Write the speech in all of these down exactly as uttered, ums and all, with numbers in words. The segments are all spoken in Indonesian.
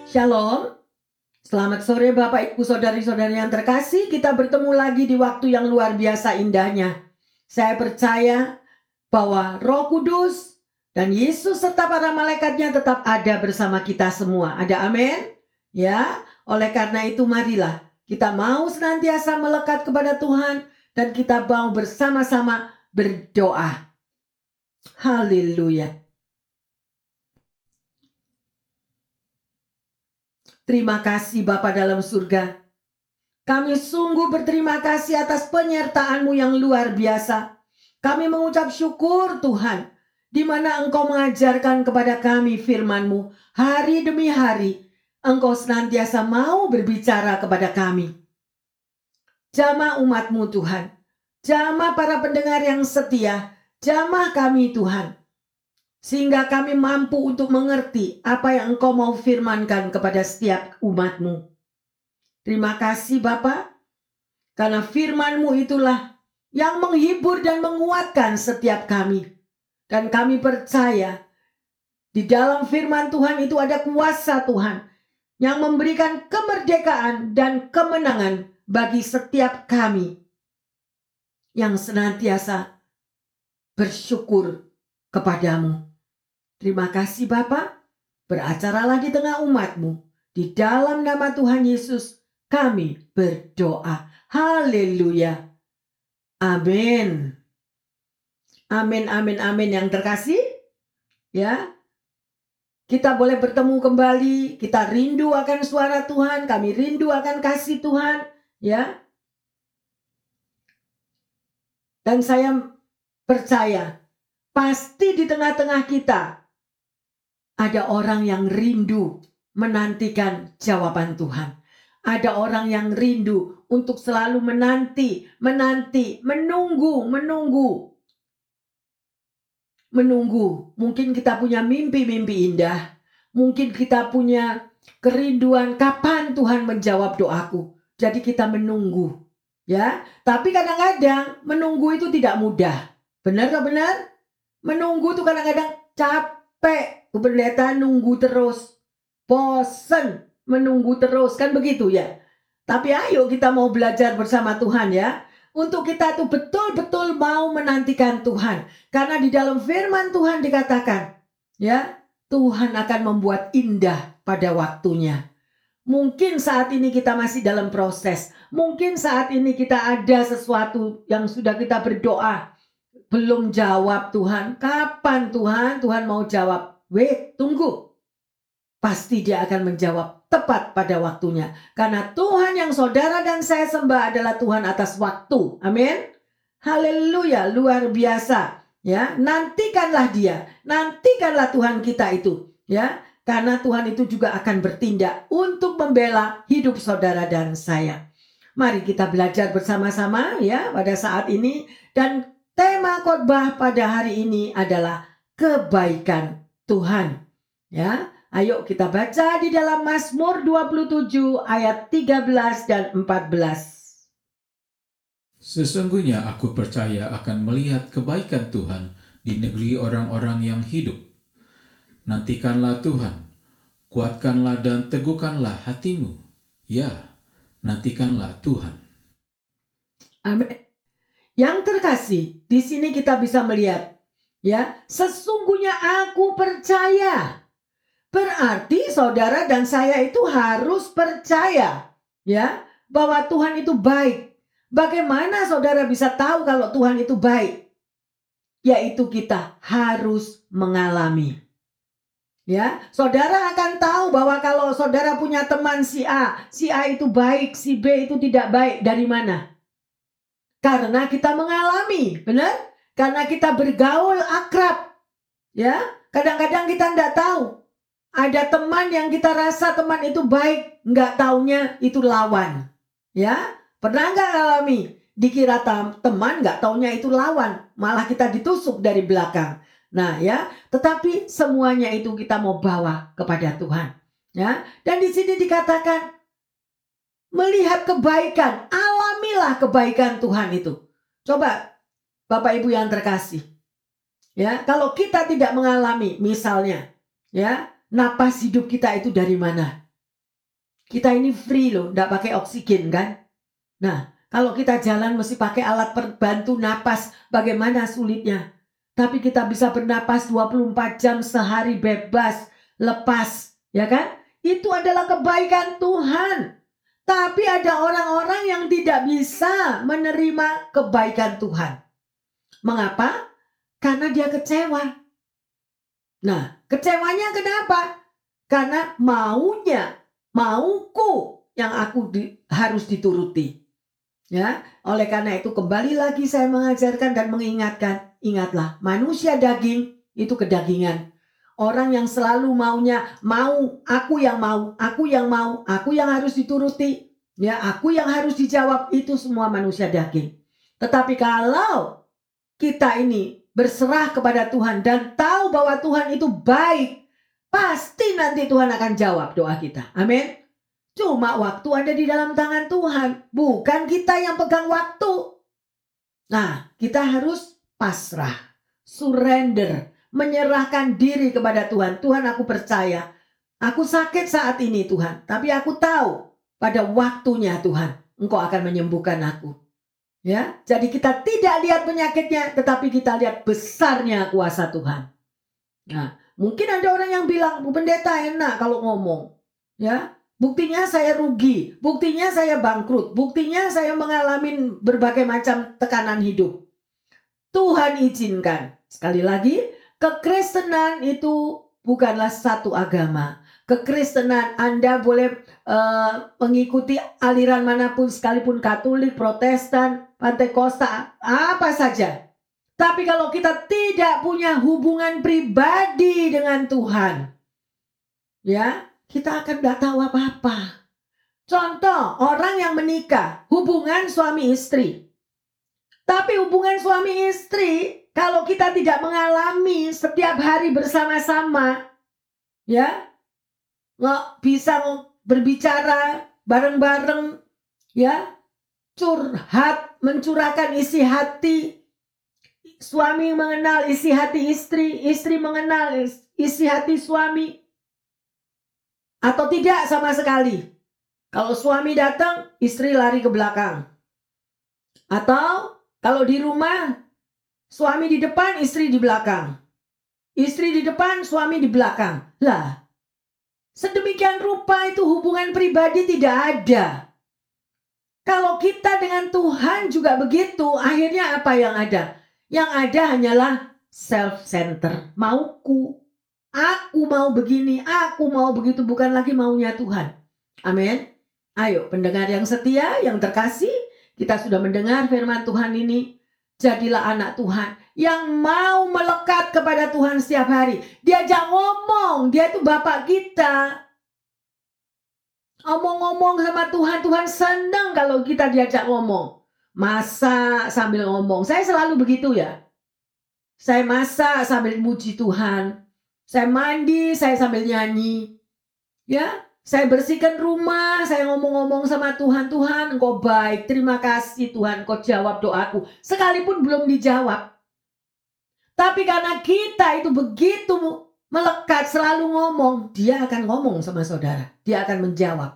Shalom, selamat sore Bapak Ibu Saudari-saudari yang terkasih. Kita bertemu lagi di waktu yang luar biasa indahnya. Saya percaya bahwa Roh Kudus dan Yesus serta para malaikatnya tetap ada bersama kita semua. Ada amin? Ya, oleh karena itu marilah kita mau senantiasa melekat kepada Tuhan dan kita mau bersama-sama berdoa. Haleluya. Terima kasih Bapa dalam surga. Kami sungguh berterima kasih atas penyertaan-Mu yang luar biasa. Kami mengucap syukur Tuhan, di mana Engkau mengajarkan kepada kami firman-Mu hari demi hari. Engkau senantiasa mau berbicara kepada kami. Jamah umat-Mu Tuhan, jamah para pendengar yang setia, jamah kami Tuhan. Sehingga kami mampu untuk mengerti apa yang Engkau mau firmankan kepada setiap umat-Mu. Terima kasih Bapa, karena firman-Mu itulah yang menghibur dan menguatkan setiap kami. Dan kami percaya di dalam firman Tuhan itu ada kuasa Tuhan yang memberikan kemerdekaan dan kemenangan bagi setiap kami yang senantiasa bersyukur kepadamu. Terima kasih Bapa, beracaralah di tengah umat-Mu. Di dalam nama Tuhan Yesus kami berdoa. Haleluya. Amin. Amin, amin, amin yang terkasih. Ya, kita boleh bertemu kembali. Kita rindu akan suara Tuhan. Kami rindu akan kasih Tuhan. Ya. Dan saya percaya, pasti di tengah-tengah kita ada orang yang rindu menantikan jawaban Tuhan. Ada orang yang rindu untuk selalu menanti, menanti, menunggu, menunggu. Menunggu. Mungkin kita punya mimpi-mimpi indah. Mungkin kita punya kerinduan kapan Tuhan menjawab doaku. Jadi kita menunggu. Ya, tapi kadang-kadang menunggu itu tidak mudah. Benar tak benar? Menunggu itu kadang-kadang capek. Pendeta nunggu terus, bosen menunggu terus, kan begitu ya. Tapi ayo kita mau belajar bersama Tuhan ya, untuk kita tuh betul-betul mau menantikan Tuhan. Karena di dalam firman Tuhan dikatakan, ya, Tuhan akan membuat indah pada waktunya. Mungkin saat ini kita masih dalam proses, mungkin saat ini kita ada sesuatu yang sudah kita berdoa, belum jawab Tuhan. Kapan Tuhan? Tuhan mau jawab. Wait, tunggu. Pasti dia akan menjawab tepat pada waktunya. Karena Tuhan yang saudara dan saya sembah adalah Tuhan atas waktu. Amin. Haleluya, luar biasa. Ya, nantikanlah dia. Nantikanlah Tuhan kita itu. Ya, karena Tuhan itu juga akan bertindak untuk membela hidup saudara dan saya. Mari kita belajar bersama-sama ya pada saat ini. Dan tema khotbah pada hari ini adalah kebaikan Tuhan. Ya, ayo kita baca di dalam Mazmur dua puluh tujuh ayat tiga belas dan empat belas. Sesungguhnya aku percaya akan melihat kebaikan Tuhan di negeri orang-orang yang hidup. Nantikanlah Tuhan, kuatkanlah dan teguhkanlah hatimu. Ya, nantikanlah Tuhan. Amin. Yang terkasih, di sini kita bisa melihat, ya, sesungguhnya aku percaya. Berarti saudara dan saya itu harus percaya, ya, bahwa Tuhan itu baik. Bagaimana saudara bisa tahu kalau Tuhan itu baik? Yaitu kita harus mengalami. Ya, saudara akan tahu bahwa kalau saudara punya teman si A, si A itu baik, si B itu tidak baik. Dari mana? Karena kita mengalami, benar? Karena kita bergaul akrab. Ya, kadang-kadang kita tidak tahu. Ada teman yang kita rasa teman itu baik, nggak taunya itu lawan. Ya, pernah nggak alami? Dikira teman, nggak taunya itu lawan, malah kita ditusuk dari belakang. Nah, ya, tetapi semuanya itu kita mau bawa kepada Tuhan. Ya, dan di sini dikatakan melihat kebaikan, alamilah kebaikan Tuhan itu. Coba, Bapak Ibu yang terkasih, ya, kalau kita tidak mengalami, misalnya, ya. Napas hidup kita itu dari mana? Kita ini free loh, nggak pakai oksigen kan. Nah, kalau kita jalan mesti pakai alat bantu napas, bagaimana sulitnya. Tapi kita bisa bernapas dua puluh empat jam sehari bebas, lepas, ya kan? Itu adalah kebaikan Tuhan. Tapi ada orang-orang yang tidak bisa menerima kebaikan Tuhan. Mengapa? Karena dia kecewa. Nah, kecewanya kenapa? Karena maunya, mauku yang aku di, harus dituruti. Ya, oleh karena itu kembali lagi saya mengajarkan dan mengingatkan, ingatlah, manusia daging itu kedagingan. Orang yang selalu maunya, mau, aku yang mau, aku yang mau, aku yang harus dituruti, ya, aku yang harus dijawab, itu semua manusia daging. Tetapi kalau kita ini berserah kepada Tuhan dan tahu bahwa Tuhan itu baik, pasti nanti Tuhan akan jawab doa kita. Amin. Cuma waktu ada di dalam tangan Tuhan, bukan kita yang pegang waktu. Nah, kita harus pasrah, surrender, menyerahkan diri kepada Tuhan. Tuhan, aku percaya, aku sakit saat ini Tuhan, tapi aku tahu pada waktunya Tuhan, Engkau akan menyembuhkan aku. Ya, jadi kita tidak lihat penyakitnya, tetapi kita lihat besarnya kuasa Tuhan. Nah, mungkin ada orang yang bilang, Bu Pendeta enak kalau ngomong, ya. Buktinya saya rugi, buktinya saya bangkrut, buktinya saya mengalami berbagai macam tekanan hidup. Tuhan izinkan. Sekali lagi, kekristenan itu bukanlah satu agama. Kekristenan Anda boleh uh, mengikuti aliran manapun, sekalipun Katolik, Protestan, Pantekosta, apa saja. Tapi kalau kita tidak punya hubungan pribadi dengan Tuhan, ya, kita akan tidak tahu apa-apa. Contoh, orang yang menikah, hubungan suami istri. Tapi hubungan suami istri, kalau kita tidak mengalami setiap hari bersama-sama, ya, nggak bisa berbicara bareng-bareng, ya, curhat, mencurahkan isi hati. Suami mengenal isi hati istri, istri mengenal isi hati suami. Atau tidak sama sekali. Kalau suami datang, istri lari ke belakang. Atau kalau di rumah, suami di depan, istri di belakang. Istri di depan, suami di belakang. Lah, sedemikian rupa itu hubungan pribadi tidak ada. Kalau kita dengan Tuhan juga begitu, akhirnya apa yang ada? Yang ada hanyalah self-center, mauku. Aku mau begini, aku mau begitu, bukan lagi maunya Tuhan. Amin. Ayo pendengar yang setia, yang terkasih, kita sudah mendengar firman Tuhan ini. Jadilah anak Tuhan yang mau melekat kepada Tuhan setiap hari. Diajak ngomong, dia itu Bapak kita. Ngomong-ngomong sama Tuhan, Tuhan senang kalau kita diajak ngomong. Masak sambil ngomong, saya selalu begitu ya. Saya masak sambil muji Tuhan. Saya mandi, saya sambil nyanyi. Ya, saya bersihkan rumah, saya ngomong-ngomong sama Tuhan. Tuhan, Engkau baik. Terima kasih Tuhan, Engkau jawab doaku. Sekalipun belum dijawab. Tapi karena kita itu begitu melekat, selalu ngomong, dia akan ngomong sama saudara. Dia akan menjawab.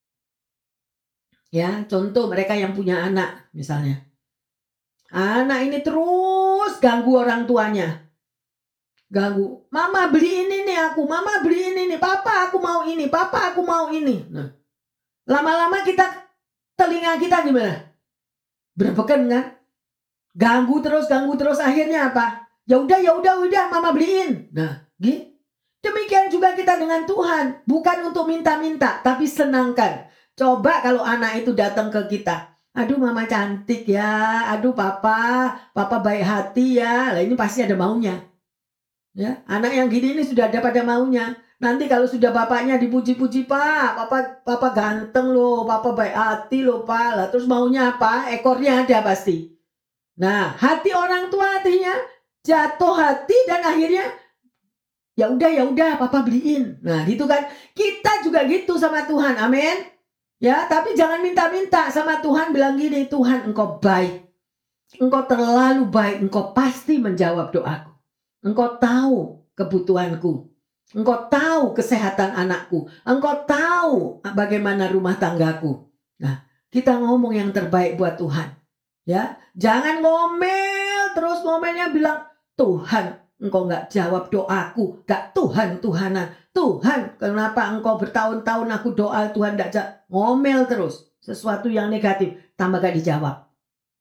Ya, contoh mereka yang punya anak misalnya. Anak ini terus ganggu orang tuanya. Ganggu, mama beli ini nih aku, mama beli ini nih, papa aku mau ini, papa aku mau ini. Nah, lama-lama kita, telinga kita gimana? Berbeken kan? Ganggu terus, ganggu terus, akhirnya apa? Ya udah, ya udah, udah, mama beliin. Nah, gitu. Demikian juga kita dengan Tuhan, bukan untuk minta-minta, tapi senangkan. Coba kalau anak itu datang ke kita, aduh mama cantik ya, aduh papa, papa baik hati ya, lah ini pasti ada maunya. Ya, anak yang gini ini sudah ada pada maunya. Nanti kalau sudah bapaknya dipuji-puji, Pak, papa, papa ganteng loh, papa baik hati loh, Pak. Lah terus maunya apa? Ekornya ada pasti. Nah, hati orang tua artinya jatuh hati dan akhirnya ya udah ya udah papa beliin. Nah, gitu kan. Kita juga gitu sama Tuhan. Amin. Ya, tapi jangan minta-minta sama Tuhan, bilang gini, Tuhan Engkau baik. Engkau terlalu baik, Engkau pasti menjawab doaku. Engkau tahu kebutuhanku. Engkau tahu kesehatan anakku. Engkau tahu bagaimana rumah tanggaku. Nah, kita ngomong yang terbaik buat Tuhan. Ya, jangan ngomel terus, ngomelnya bilang, Tuhan, engkau gak jawab doaku. Gak Tuhan-Tuhanan. Tuhan, kenapa engkau bertahun-tahun aku doa Tuhan gak jawab. Ngomel terus. Sesuatu yang negatif, tambah gak dijawab.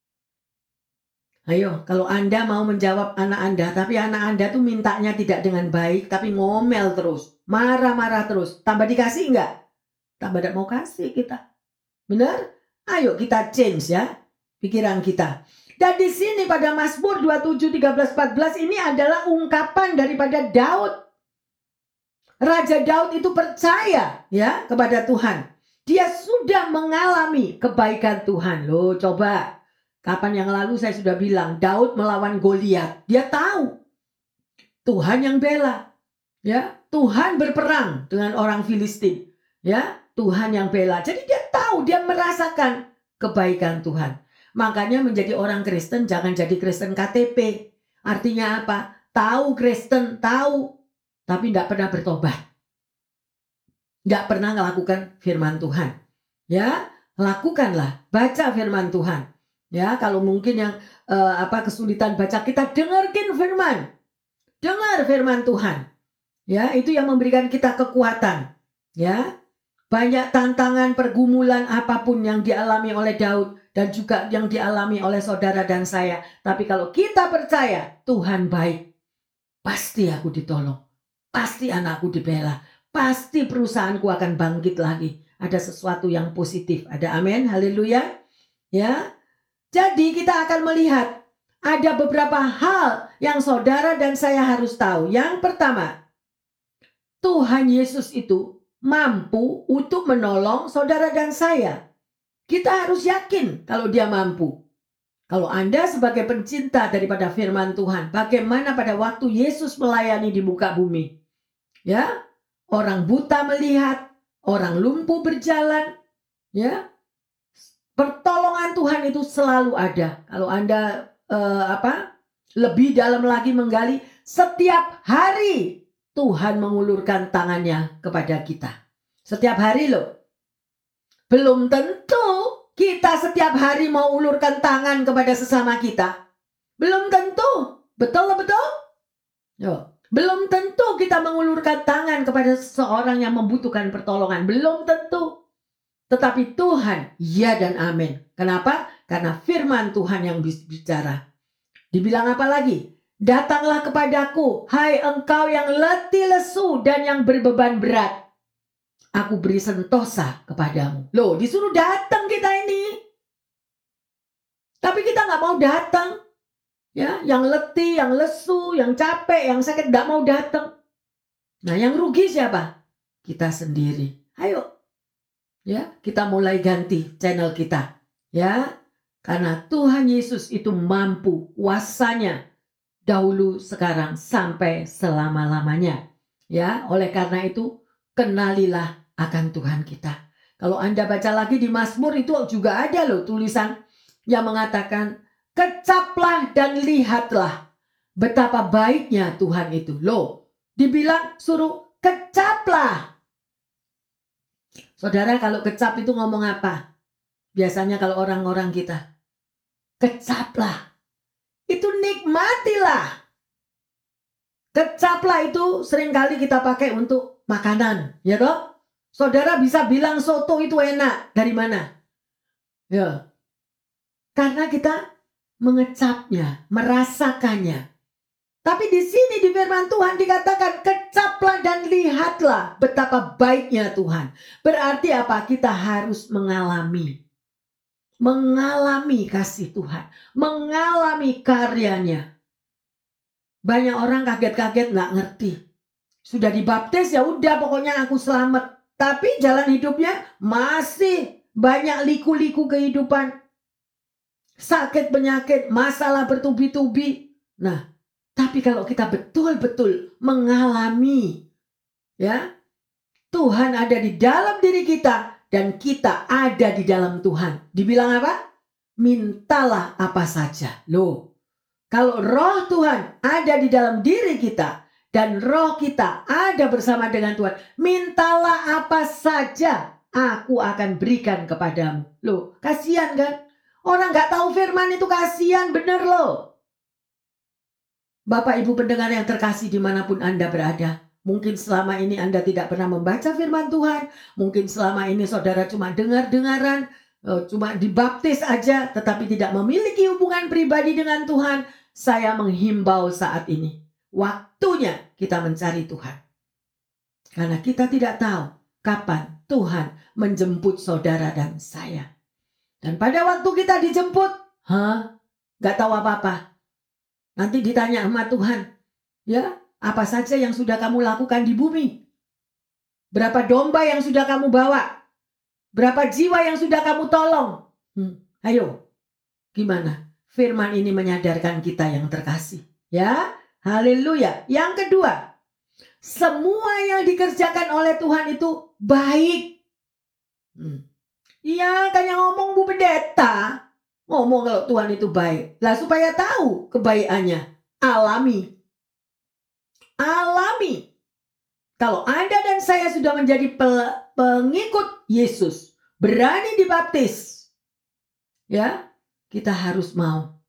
Ayo, kalau Anda mau menjawab anak Anda, tapi anak Anda tuh mintanya tidak dengan baik, tapi ngomel terus, marah-marah terus, tambah dikasih enggak? Tambah tidak mau kasih kita. Benar? Ayo kita change ya pikiran kita. Dan di sini pada Mazmur dua puluh tujuh, tiga belas, empat belas ini adalah ungkapan daripada Daud. Raja Daud itu percaya ya kepada Tuhan. Dia sudah mengalami kebaikan Tuhan. Loh, coba. Kapan yang lalu saya sudah bilang Daud melawan Goliat. Dia tahu Tuhan yang bela. Ya, Tuhan berperang dengan orang Filistin. Ya, Tuhan yang bela. Jadi dia tahu, dia merasakan kebaikan Tuhan. Makanya menjadi orang Kristen jangan jadi Kristen K T P. Artinya apa? Tahu Kristen, tahu, tapi tidak pernah bertobat. Tidak pernah melakukan firman Tuhan. Ya, lakukanlah, baca firman Tuhan. Ya, kalau mungkin yang uh, apa kesulitan baca, kita dengarkan firman. Dengar firman Tuhan. Ya, itu yang memberikan kita kekuatan. Ya. Banyak tantangan, pergumulan apapun yang dialami oleh Daud dan juga yang dialami oleh saudara dan saya. Tapi kalau kita percaya Tuhan baik, pasti aku ditolong. Pasti anakku dibela. Pasti perusahaanku akan bangkit lagi. Ada sesuatu yang positif. Ada amin, haleluya. Ya. Jadi kita akan melihat ada beberapa hal yang saudara dan saya harus tahu. Yang pertama, Tuhan Yesus itu mampu untuk menolong saudara dan saya. Kita harus yakin kalau dia mampu. Kalau Anda sebagai pencinta daripada firman Tuhan, bagaimana pada waktu Yesus melayani di muka bumi? Ya, orang buta melihat, orang lumpuh berjalan, ya. Pertolongan Tuhan itu selalu ada. Kalau Anda eh, apa lebih dalam lagi menggali, setiap hari Tuhan mengulurkan tangannya kepada kita. Setiap hari loh. Belum tentu kita setiap hari mau ulurkan tangan kepada sesama kita. Belum tentu. Betul betul? Yo. Belum tentu kita mengulurkan tangan kepada seseorang yang membutuhkan pertolongan. Belum tentu. Tetapi Tuhan, ya dan amin. Kenapa? Karena firman Tuhan yang bicara. Dibilang apa lagi? Datanglah kepadaku, hai engkau yang letih lesu dan yang berbeban berat. Aku beri sentosa kepadamu. Loh, disuruh datang kita ini. Tapi kita nggak mau datang. Ya, yang letih, yang lesu, yang capek, yang sakit nggak mau datang. Nah, yang rugi siapa? Kita sendiri. Ayo. Ya, kita mulai ganti channel kita. Ya, karena Tuhan Yesus itu mampu, kuasanya dahulu, sekarang, sampai selama-lamanya. Ya, oleh karena itu kenalilah akan Tuhan kita. Kalau Anda baca lagi di Mazmur itu juga ada loh tulisan yang mengatakan, kecaplah dan lihatlah betapa baiknya Tuhan itu. Loh, dibilang suruh kecaplah. Saudara, kalau kecap itu ngomong apa? Biasanya kalau orang-orang kita, kecaplah. Itu nikmatilah. Kecaplah itu seringkali kita pakai untuk makanan, ya toh? Saudara bisa bilang soto itu enak. Dari mana? Ya. Karena kita mengecapnya, merasakannya. Tapi di sini di firman Tuhan dikatakan kecaplah dan lihatlah betapa baiknya Tuhan. Berarti apa? Kita harus mengalami. Mengalami kasih Tuhan. Mengalami karyanya. Banyak orang kaget-kaget gak ngerti. Sudah dibaptis ya udah pokoknya aku selamat. Tapi jalan hidupnya masih banyak liku-liku kehidupan. Sakit penyakit, masalah bertubi-tubi. Nah, tapi kalau kita betul-betul mengalami, ya, Tuhan ada di dalam diri kita dan kita ada di dalam Tuhan. Dibilang apa? Mintalah apa saja. Loh, kalau roh Tuhan ada di dalam diri kita dan roh kita ada bersama dengan Tuhan, mintalah apa saja, aku akan berikan kepadamu. Loh, kasihan kan? Orang gak tahu firman itu kasihan, bener loh. Bapak Ibu pendengar yang terkasih dimanapun Anda berada, mungkin selama ini Anda tidak pernah membaca firman Tuhan, mungkin selama ini saudara cuma dengar-dengaran, cuma dibaptis aja, tetapi tidak memiliki hubungan pribadi dengan Tuhan. Saya menghimbau saat ini, waktunya kita mencari Tuhan. Karena kita tidak tahu kapan Tuhan menjemput saudara dan saya. Dan pada waktu kita dijemput, hah? Gak tahu apa-apa. Nanti ditanya sama Tuhan, ya, apa saja yang sudah kamu lakukan di bumi? Berapa domba yang sudah kamu bawa? Berapa jiwa yang sudah kamu tolong? Hmm, ayo, gimana? Firman ini menyadarkan kita yang terkasih. Ya, haleluya. Yang kedua, semua yang dikerjakan oleh Tuhan itu baik. Hmm. Iya, kan yang ngomong Bu Pendeta. Ngomong kalau Tuhan itu baik. Lah supaya tahu kebaikannya. Alami. Alami. Kalau Anda dan saya sudah menjadi pengikut Yesus, berani dibaptis, ya, kita harus mau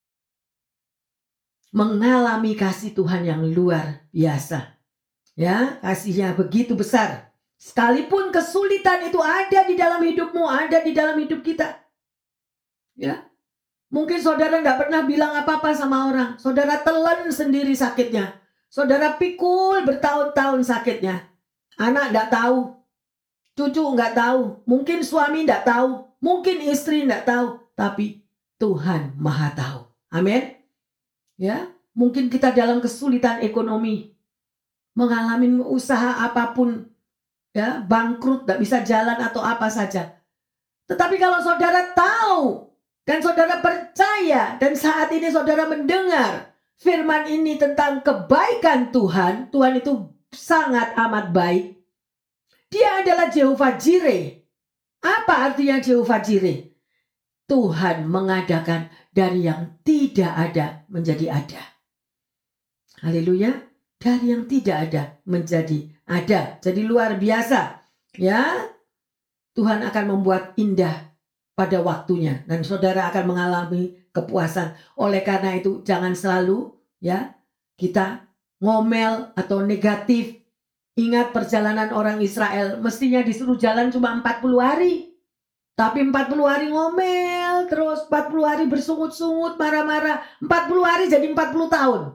mengalami kasih Tuhan yang luar biasa. Ya, kasihnya begitu besar. Sekalipun kesulitan itu ada di dalam hidupmu, ada di dalam hidup kita. Ya, mungkin saudara tidak pernah bilang apa-apa sama orang. Saudara telan sendiri sakitnya. Saudara pikul bertahun-tahun sakitnya. Anak tidak tahu. Cucu nggak tahu. Mungkin suami tidak tahu. Mungkin istri tidak tahu. Tapi Tuhan Maha tahu. Amin. Ya, mungkin kita dalam kesulitan ekonomi, mengalami usaha apapun, ya, bangkrut, tidak bisa jalan atau apa saja. Tetapi kalau saudara tahu dan saudara percaya, dan saat ini saudara mendengar firman ini tentang kebaikan Tuhan, Tuhan itu sangat amat baik. Dia adalah Jehovah Jireh. Apa artinya Jehovah Jireh? Tuhan mengadakan dari yang tidak ada menjadi ada. Haleluya. Dari yang tidak ada menjadi ada. Jadi luar biasa. Ya, Tuhan akan membuat indah pada waktunya, dan saudara akan mengalami kepuasan. Oleh karena itu jangan selalu, ya, kita ngomel atau negatif. Ingat perjalanan orang Israel, mestinya disuruh jalan cuma empat puluh hari. Tapi empat puluh hari ngomel terus, empat puluh hari bersungut-sungut, marah-marah. empat puluh hari jadi empat puluh tahun.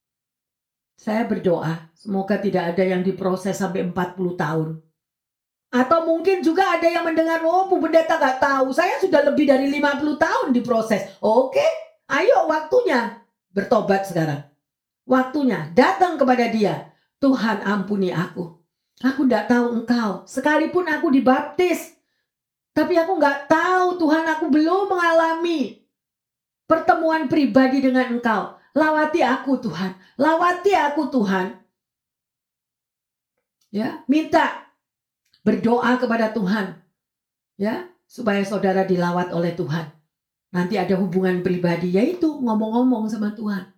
Saya berdoa semoga tidak ada yang diproses sampai empat puluh tahun. Atau mungkin juga ada yang mendengar, oh Bu Pendeta gak tahu, saya sudah lebih dari lima puluh tahun diproses. Oke, ayo waktunya bertobat sekarang. Waktunya datang kepada Dia. Tuhan ampuni aku. Aku gak tahu Engkau. Sekalipun aku dibaptis, tapi aku gak tahu Tuhan, aku belum mengalami pertemuan pribadi dengan Engkau. Lawati aku Tuhan. Lawati aku Tuhan. Ya, minta. Berdoa kepada Tuhan, ya, supaya saudara dilawat oleh Tuhan. Nanti ada hubungan pribadi, yaitu ngomong-ngomong sama Tuhan.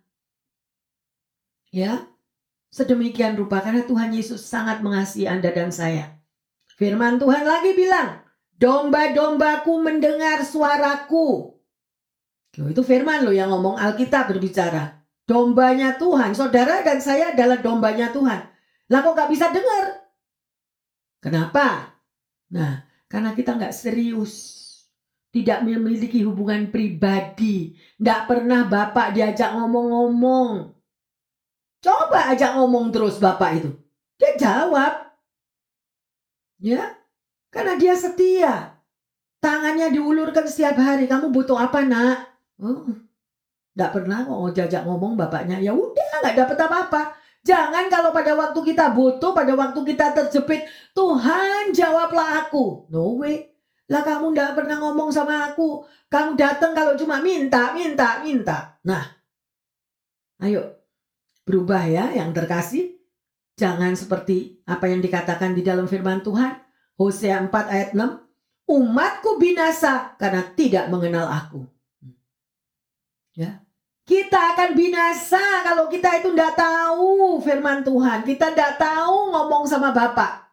Ya, sedemikian rupa karena Tuhan Yesus sangat mengasihi Anda dan saya. Firman Tuhan lagi bilang, domba-dombaku mendengar suaraku. Loh, itu firman loh yang ngomong, Alkitab berbicara. Dombanya Tuhan, saudara dan saya adalah dombanya Tuhan. Lah kok gak bisa dengar? Kenapa? Nah, karena kita nggak serius. Tidak memiliki hubungan pribadi. Nggak pernah Bapak diajak ngomong-ngomong. Coba ajak ngomong terus Bapak itu. Dia jawab. Ya, karena dia setia. Tangannya diulurkan setiap hari. Kamu butuh apa nak? Oh, nggak pernah kok diajak ngomong Bapaknya. Ya udah, nggak dapat apa-apa. Jangan kalau pada waktu kita butuh, pada waktu kita terjepit, Tuhan jawablah aku. No way. Lah kamu gak pernah ngomong sama aku. Kamu datang kalau cuma minta, minta, minta. Nah, ayo berubah ya yang terkasih. Jangan seperti apa yang dikatakan di dalam firman Tuhan. Hosea empat ayat enam. Umatku binasa karena tidak mengenal aku. Ya, Kita akan binasa kalau kita itu tidak tahu firman Tuhan. Kita tidak tahu ngomong sama Bapak.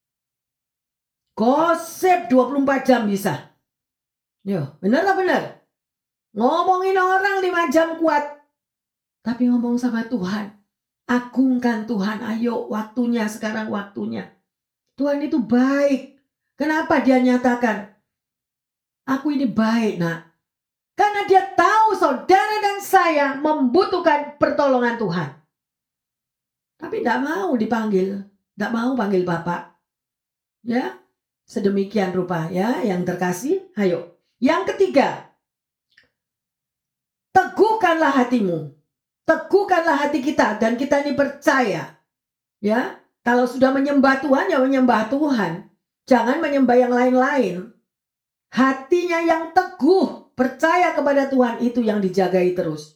Gosip dua puluh empat jam bisa. Yo, benar tak benar? Ngomongin orang lima jam kuat. Tapi ngomong sama Tuhan. Agungkan Tuhan. Ayo, waktunya sekarang waktunya. Tuhan itu baik. Kenapa dia nyatakan? Aku ini baik, nak. Karena dia tahu saudara dan saya membutuhkan pertolongan Tuhan. Tapi tidak mau dipanggil. Tidak mau panggil Bapak. Ya, sedemikian rupa ya yang terkasih. Ayo. Yang ketiga. Teguhkanlah hatimu. Teguhkanlah hati kita. Dan kita ini percaya. Ya, kalau sudah menyembah Tuhan, ya menyembah Tuhan. Jangan menyembah yang lain-lain. Hatinya yang teguh. Percaya kepada Tuhan, itu yang dijagai terus.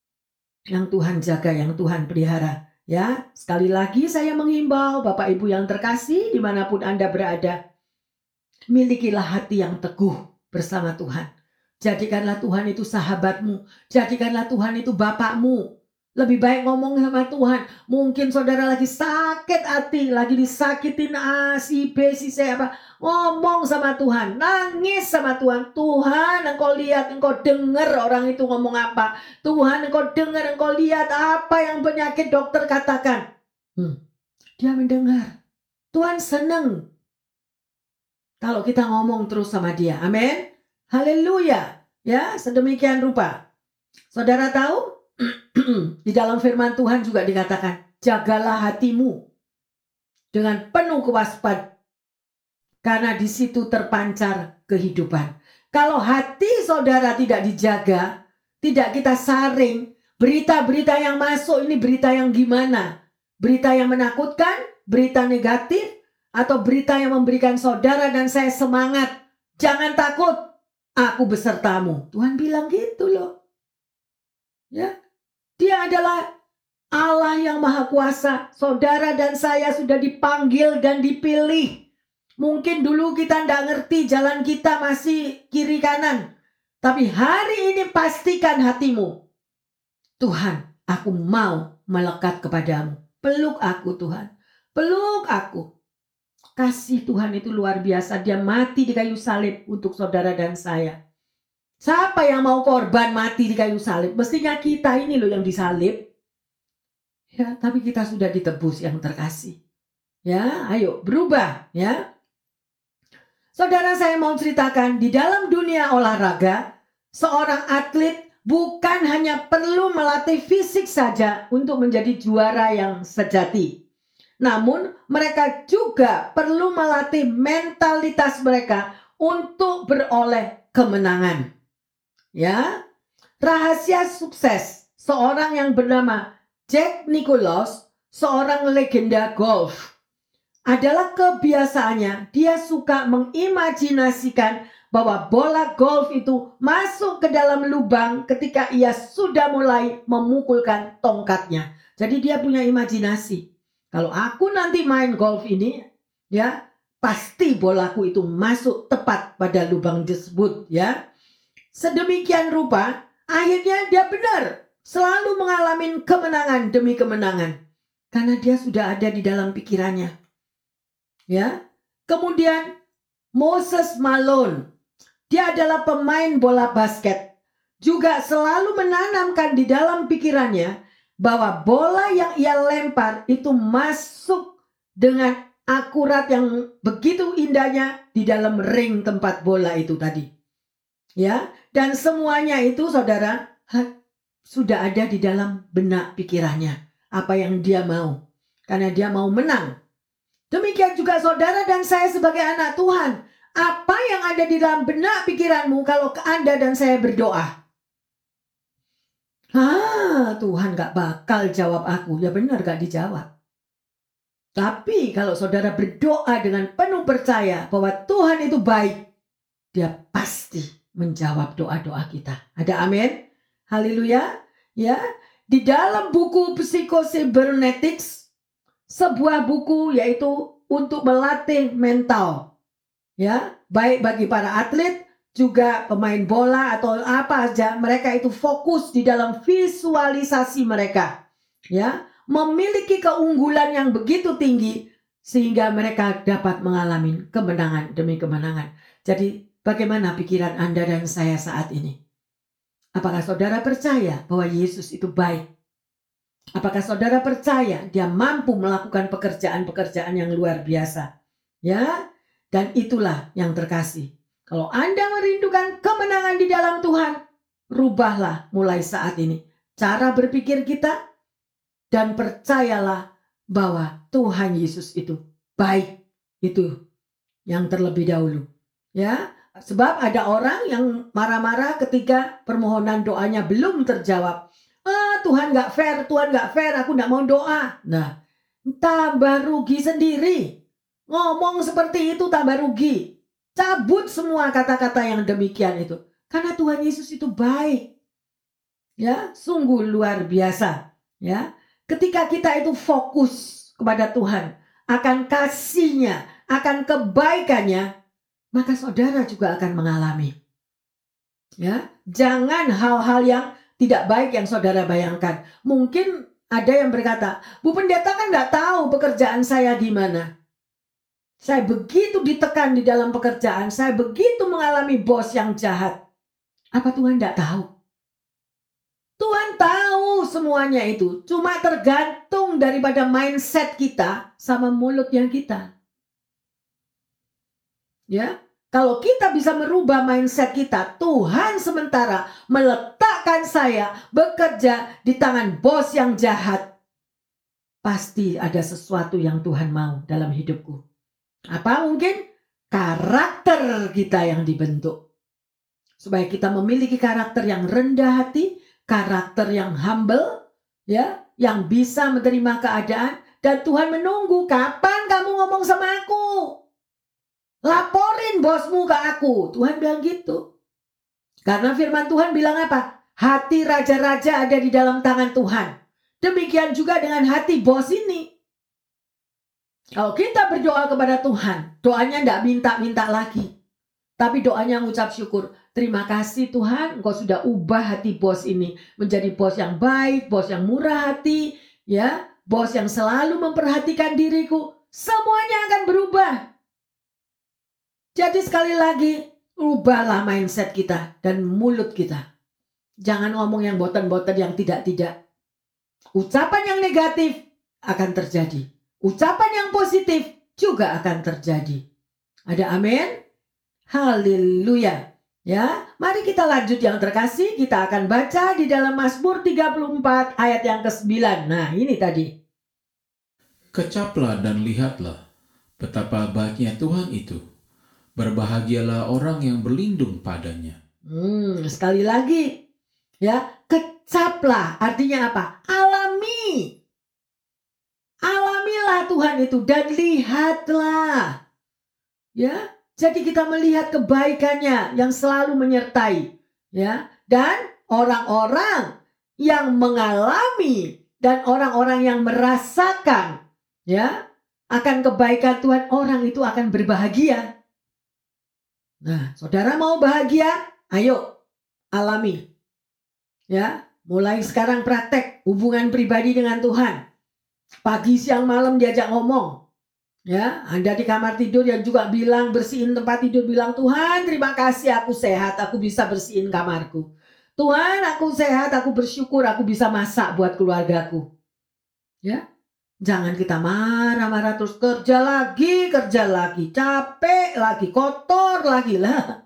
Yang Tuhan jaga, yang Tuhan pelihara. Ya, sekali lagi saya menghimbau Bapak Ibu yang terkasih dimanapun Anda berada. Milikilah hati yang teguh bersama Tuhan. Jadikanlah Tuhan itu sahabatmu. Jadikanlah Tuhan itu Bapakmu. Lebih baik ngomong sama Tuhan. Mungkin saudara lagi sakit hati, lagi disakitin A, si B, si C apa. Ngomong sama Tuhan, nangis sama Tuhan. Tuhan, engkau lihat, engkau dengar orang itu ngomong apa. Tuhan, engkau dengar, engkau lihat apa yang penyakit dokter katakan. Hmm, dia mendengar. Tuhan senang kalau kita ngomong terus sama dia. Amin. Haleluya. Ya, sedemikian rupa. Saudara tahu? Di dalam firman Tuhan juga dikatakan, jagalah hatimu dengan penuh kewaspadaan, karena di situ terpancar kehidupan. Kalau hati saudara tidak dijaga, tidak kita saring, berita-berita yang masuk ini berita yang gimana? Berita yang menakutkan, berita negatif, atau berita yang memberikan saudara dan saya semangat. Jangan takut, aku besertamu. Tuhan bilang gitu loh. Ya. Dia adalah Allah yang Maha Kuasa. Saudara dan saya sudah dipanggil dan dipilih. Mungkin dulu kita tidak ngerti, jalan kita masih kiri kanan. Tapi hari ini pastikan hatimu. Tuhan, aku mau melekat kepadamu. Peluk aku Tuhan. Peluk aku. Kasih Tuhan itu luar biasa. Dia mati di kayu salib untuk saudara dan saya. Siapa yang mau korban mati di kayu salib? Mestinya kita ini loh yang disalib. Ya, tapi kita sudah ditebus yang terkasih. Ya, ayo berubah ya. Saudara, saya mau ceritakan di dalam dunia olahraga, seorang atlet bukan hanya perlu melatih fisik saja untuk menjadi juara yang sejati. Namun mereka juga perlu melatih mentalitas mereka untuk beroleh kemenangan. Ya, rahasia sukses seorang yang bernama Jack Nicklaus, seorang legenda golf, adalah kebiasaannya dia suka mengimajinasikan bahwa bola golf itu masuk ke dalam lubang ketika ia sudah mulai memukulkan tongkatnya. Jadi dia punya imajinasi. Kalau aku nanti main golf ini, ya pasti bolaku itu masuk tepat pada lubang tersebut, ya. Sedemikian rupa, akhirnya dia benar selalu mengalami kemenangan demi kemenangan karena dia sudah ada di dalam pikirannya. Ya. Kemudian Moses Malone, dia adalah pemain bola basket, juga selalu menanamkan di dalam pikirannya bahwa bola yang ia lempar itu masuk dengan akurat yang begitu indahnya di dalam ring tempat bola itu tadi. Ya, dan semuanya itu saudara sudah ada di dalam benak pikirannya apa yang dia mau, karena dia mau menang. Demikian juga saudara dan saya sebagai anak Tuhan, apa yang ada di dalam benak pikiranmu kalau Anda dan saya berdoa? Ah, Tuhan gak bakal jawab aku. Ya benar gak dijawab. Tapi kalau saudara berdoa dengan penuh percaya bahwa Tuhan itu baik, dia pasti menjawab doa-doa kita. Ada amin? Haleluya. Ya, di dalam buku Psycho-Cybernetics, sebuah buku yaitu untuk melatih mental. Ya, baik bagi para atlet juga pemain bola atau apa aja, mereka itu fokus di dalam visualisasi mereka, ya, memiliki keunggulan yang begitu tinggi sehingga mereka dapat mengalami kemenangan demi kemenangan. Jadi bagaimana pikiran Anda dan saya saat ini? Apakah saudara percaya bahwa Yesus itu baik? Apakah saudara percaya dia mampu melakukan pekerjaan-pekerjaan yang luar biasa? Ya, dan itulah yang terkasih. Kalau Anda merindukan kemenangan di dalam Tuhan, rubahlah mulai saat ini cara berpikir kita dan percayalah bahwa Tuhan Yesus itu baik. Itu yang terlebih dahulu. Ya, sebab ada orang yang marah-marah ketika permohonan doanya belum terjawab. Ah, Tuhan gak fair, Tuhan gak fair, aku gak mau doa. Nah, tambah rugi sendiri. Ngomong seperti itu tambah rugi. Cabut semua kata-kata yang demikian itu. Karena Tuhan Yesus itu baik. Ya, sungguh luar biasa. Ya, ketika kita itu fokus kepada Tuhan, akan kasih-Nya, akan kebaikannya, maka saudara juga akan mengalami. Ya, jangan hal-hal yang tidak baik yang saudara bayangkan. Mungkin ada yang berkata, Bu Pendeta kan nggak tahu pekerjaan saya gimana. Saya begitu ditekan di dalam pekerjaan. Saya begitu mengalami bos yang jahat. Apa Tuhan nggak tahu? Tuhan tahu semuanya itu. Cuma tergantung daripada mindset kita sama mulut yang kita. Ya. Kalau kita bisa merubah mindset kita, Tuhan sementara meletakkan saya bekerja di tangan bos yang jahat. Pasti ada sesuatu yang Tuhan mau dalam hidupku. Apa mungkin? Karakter kita yang dibentuk. Supaya kita memiliki karakter yang rendah hati, karakter yang humble, ya, yang bisa menerima keadaan. Dan Tuhan menunggu, kapan kamu ngomong sama aku? Laporin bosmu ke aku. Tuhan bilang gitu. Karena firman Tuhan bilang apa? Hati raja-raja ada di dalam tangan Tuhan. Demikian juga dengan hati bos ini. Kalau kita berdoa kepada Tuhan, doanya tidak minta-minta lagi. Tapi doanya mengucap syukur. Terima kasih Tuhan, Engkau sudah ubah hati bos ini menjadi bos yang baik, bos yang murah hati, ya, bos yang selalu memperhatikan diriku. Semuanya akan berubah. Jadi sekali lagi, ubahlah mindset kita dan mulut kita. Jangan ngomong yang boten-boten, yang tidak-tidak. Ucapan yang negatif akan terjadi. Ucapan yang positif juga akan terjadi. Ada amin? Haleluya. Ya, mari kita lanjut yang terkasih. Kita akan baca di dalam Mazmur tiga puluh empat ayat yang kesembilan. Nah, ini tadi. Kecaplah dan lihatlah betapa baiknya Tuhan itu. Berbahagialah orang yang berlindung padanya. Hmm, sekali lagi. Ya, kecaplah artinya apa? Alami. Alamilah Tuhan itu dan lihatlah. Ya, jadi kita melihat kebaikannya yang selalu menyertai, ya. Dan orang-orang yang mengalami dan orang-orang yang merasakan, ya, akan kebaikan Tuhan, orang itu akan berbahagia. Nah, saudara mau bahagia? Ayo, alami. Ya, mulai sekarang praktek hubungan pribadi dengan Tuhan. Pagi, siang, malam diajak ngomong. Ya, Anda di kamar tidur yang juga bilang, bersihin tempat tidur, bilang, Tuhan terima kasih aku sehat, aku bisa bersihin kamarku. Tuhan aku sehat, aku bersyukur aku bisa masak buat keluargaku. Ya, jangan kita marah-marah terus, kerja lagi, kerja lagi, capek lagi, kotor lagi lah.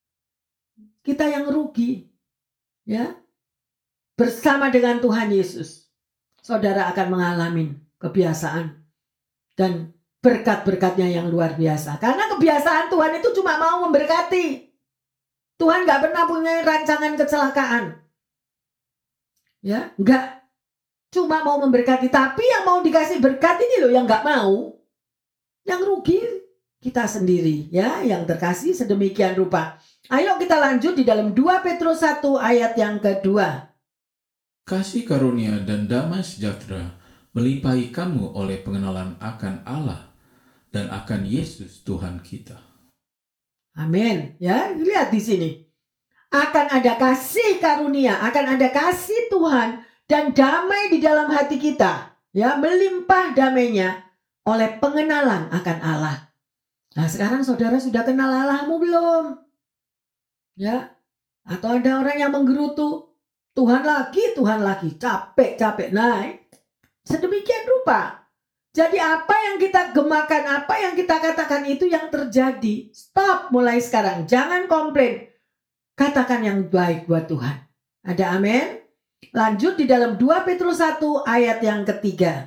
Kita yang rugi. Ya, bersama dengan Tuhan Yesus, saudara akan mengalami kebiasaan dan berkat-berkatnya yang luar biasa. Karena kebiasaan Tuhan itu cuma mau memberkati. Tuhan gak pernah punya rancangan kecelakaan. Ya, gak. Cuma mau memberkati. Tapi yang mau dikasih berkat ini loh yang gak mau. Yang rugi kita sendiri. Ya, yang terkasih sedemikian rupa. Ayo kita lanjut di dalam dua Petrus satu ayat yang kedua. Kasih karunia dan damai sejahtera melimpahi kamu oleh pengenalan akan Allah dan akan Yesus Tuhan kita. Amin. Ya, lihat di sini. Akan ada kasih karunia, akan ada kasih Tuhan dan damai di dalam hati kita. Ya, melimpah damainya oleh pengenalan akan Allah. Nah, sekarang saudara sudah kenal Allahmu belum? Ya, atau ada orang yang menggerutu, Tuhan lagi, Tuhan lagi, capek-capek. Nah, sedemikian rupa. Jadi apa yang kita gemakan, apa yang kita katakan itu yang terjadi. Stop mulai sekarang, jangan komplain. Katakan yang baik buat Tuhan. Ada amin? Lanjut di dalam dua Petrus satu ayat yang ketiga.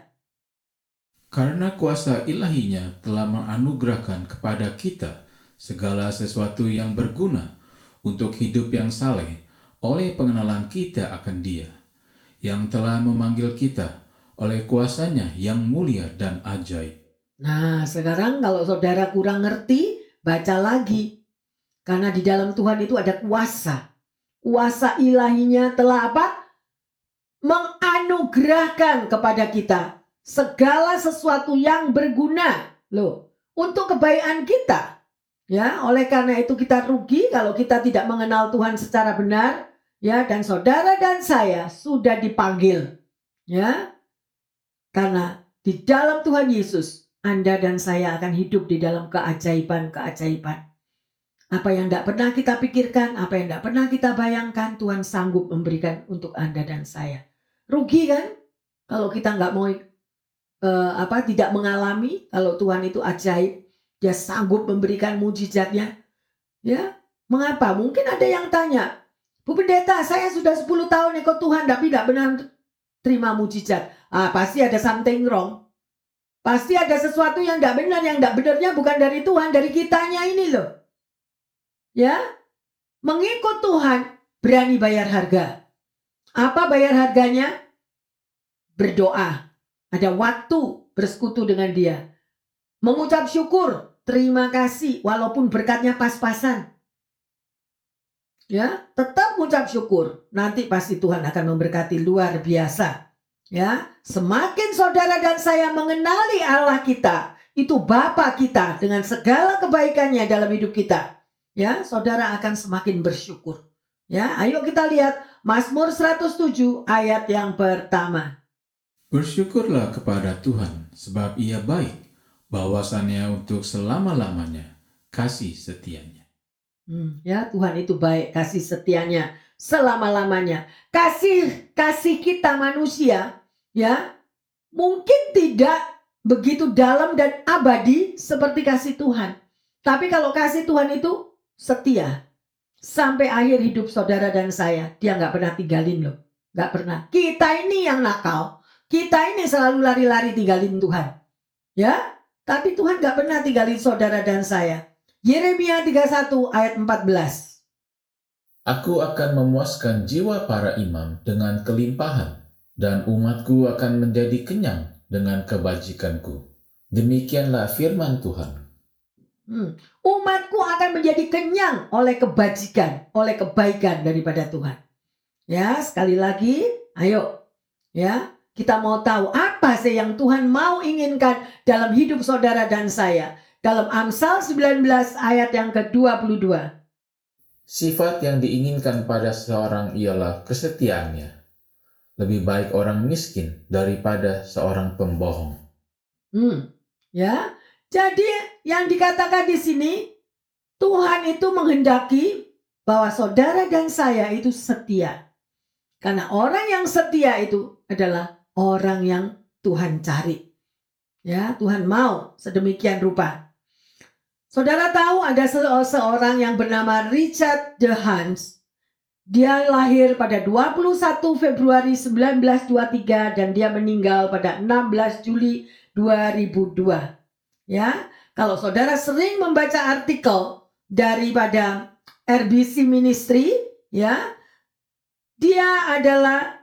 Karena kuasa ilahinya telah menganugerahkan kepada kita segala sesuatu yang berguna untuk hidup yang saleh oleh pengenalan kita akan Dia, yang telah memanggil kita oleh kuasanya yang mulia dan ajaib. Nah, sekarang kalau saudara kurang ngerti, baca lagi. Karena di dalam Tuhan itu ada kuasa. Kuasa ilahinya telah apa? Menganugerahkan kepada kita segala sesuatu yang berguna. Loh, untuk kebaikan kita. Ya, oleh karena itu kita rugi kalau kita tidak mengenal Tuhan secara benar. Ya, dan saudara dan saya sudah dipanggil. Ya, karena di dalam Tuhan Yesus, Anda dan saya akan hidup di dalam keajaiban-keajaiban. Apa yang tidak pernah kita pikirkan, apa yang tidak pernah kita bayangkan, Tuhan sanggup memberikan untuk Anda dan saya. Rugi kan? Kalau kita nggak mau, uh, apa, tidak mengalami, kalau Tuhan itu ajaib, Dia sanggup memberikan mujizatnya. Ya, mengapa? Mungkin ada yang tanya, Bu Pendeta, saya sudah sepuluh tahun ikut Tuhan, tapi tidak benar terima mujizat. Ah, pasti ada something wrong. Pasti ada sesuatu yang tidak benar. Yang tidak benarnya bukan dari Tuhan, dari kitanya ini loh. Ya, mengikut Tuhan berani bayar harga. Apa bayar harganya? Berdoa. Ada waktu bersekutu dengan Dia. Mengucap syukur, terima kasih walaupun berkatnya pas-pasan. Ya, tetap mengucap syukur. Nanti pasti Tuhan akan memberkati luar biasa. Ya, semakin saudara dan saya mengenali Allah kita, itu Bapa kita dengan segala kebaikannya dalam hidup kita. Ya, saudara akan semakin bersyukur. Ya, ayo kita lihat Mazmur seratus tujuh ayat yang pertama. Bersyukurlah kepada Tuhan sebab Ia baik, bahwasannya untuk selama-lamanya kasih setianya. Hmm, ya, Tuhan itu baik, kasih setianya selama-lamanya. Kasih kasih kita manusia, ya, mungkin tidak begitu dalam dan abadi seperti kasih Tuhan. Tapi kalau kasih Tuhan itu setia sampai akhir hidup saudara dan saya, Dia nggak pernah tinggalin loh, nggak pernah. Kita ini yang nakal, kita ini selalu lari-lari tinggalin Tuhan, ya. Tapi Tuhan nggak pernah tinggalin saudara dan saya. Yeremia tiga puluh satu ayat empat belas. Aku akan memuaskan jiwa para imam dengan kelimpahan, dan umatku akan menjadi kenyang dengan kebajikanku. Demikianlah firman Tuhan. Hmm. Umatku akan menjadi kenyang oleh kebajikan, oleh kebaikan daripada Tuhan. Ya, sekali lagi, ayo, ya, kita mau tahu apa sih yang Tuhan mau inginkan dalam hidup saudara dan saya. Dalam Amsal sembilan belas ayat yang ke dua puluh dua. Sifat yang diinginkan pada seorang ialah kesetiaannya. Lebih baik orang miskin daripada seorang pembohong. Hmm, ya. Jadi yang dikatakan di sini, Tuhan itu menghendaki bahwa saudara dan saya itu setia. Karena orang yang setia itu adalah orang yang Tuhan cari. Ya, Tuhan mau sedemikian rupa. Saudara tahu ada seorang yang bernama Richard De Haas. Dia lahir pada dua puluh satu Februari seribu sembilan ratus dua puluh tiga dan dia meninggal pada enam belas Juli dua ribu dua. Ya, kalau saudara sering membaca artikel daripada R B C Ministry, ya, dia adalah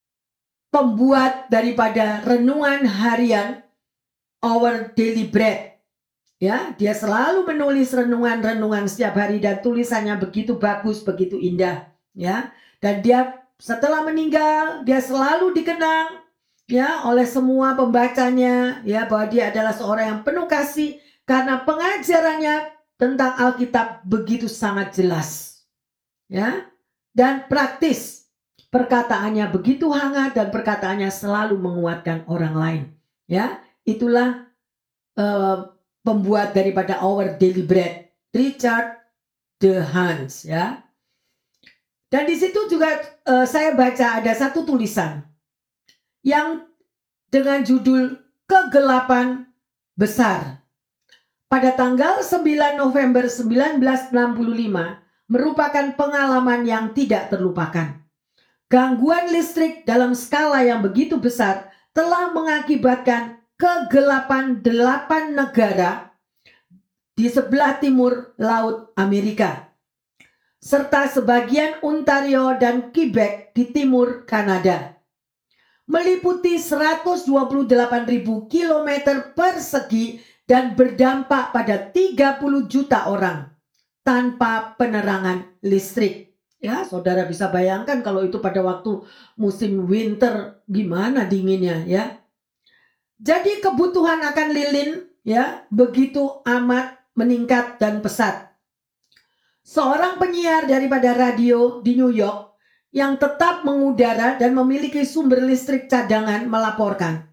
pembuat daripada renungan harian Our Daily Bread. Ya, dia selalu menulis renungan-renungan setiap hari dan tulisannya begitu bagus, begitu indah. Ya, dan dia setelah meninggal, dia selalu dikenang, ya, oleh semua pembacanya, ya, bahwa dia adalah seorang yang penuh kasih karena pengajarannya tentang Alkitab begitu sangat jelas. Ya, dan praktis. Perkataannya begitu hangat dan perkataannya selalu menguatkan orang lain. Ya, itulah uh, pembuat daripada Our Daily Bread, Richard de Haas, ya. Dan di situ juga uh, saya baca ada satu tulisan yang dengan judul Kegelapan Besar. Pada tanggal sembilan November seribu sembilan ratus enam puluh lima merupakan pengalaman yang tidak terlupakan. Gangguan listrik dalam skala yang begitu besar telah mengakibatkan kegelapan delapan negara di sebelah timur Laut Amerika, serta sebagian Ontario dan Quebec di timur Kanada, meliputi seratus dua puluh delapan ribu kilometer persegi dan berdampak pada tiga puluh juta orang tanpa penerangan listrik. Ya, saudara bisa bayangkan kalau itu pada waktu musim winter gimana dinginnya, ya. Jadi kebutuhan akan lilin, ya, begitu amat meningkat dan pesat. Seorang penyiar daripada radio di New York yang tetap mengudara dan memiliki sumber listrik cadangan melaporkan,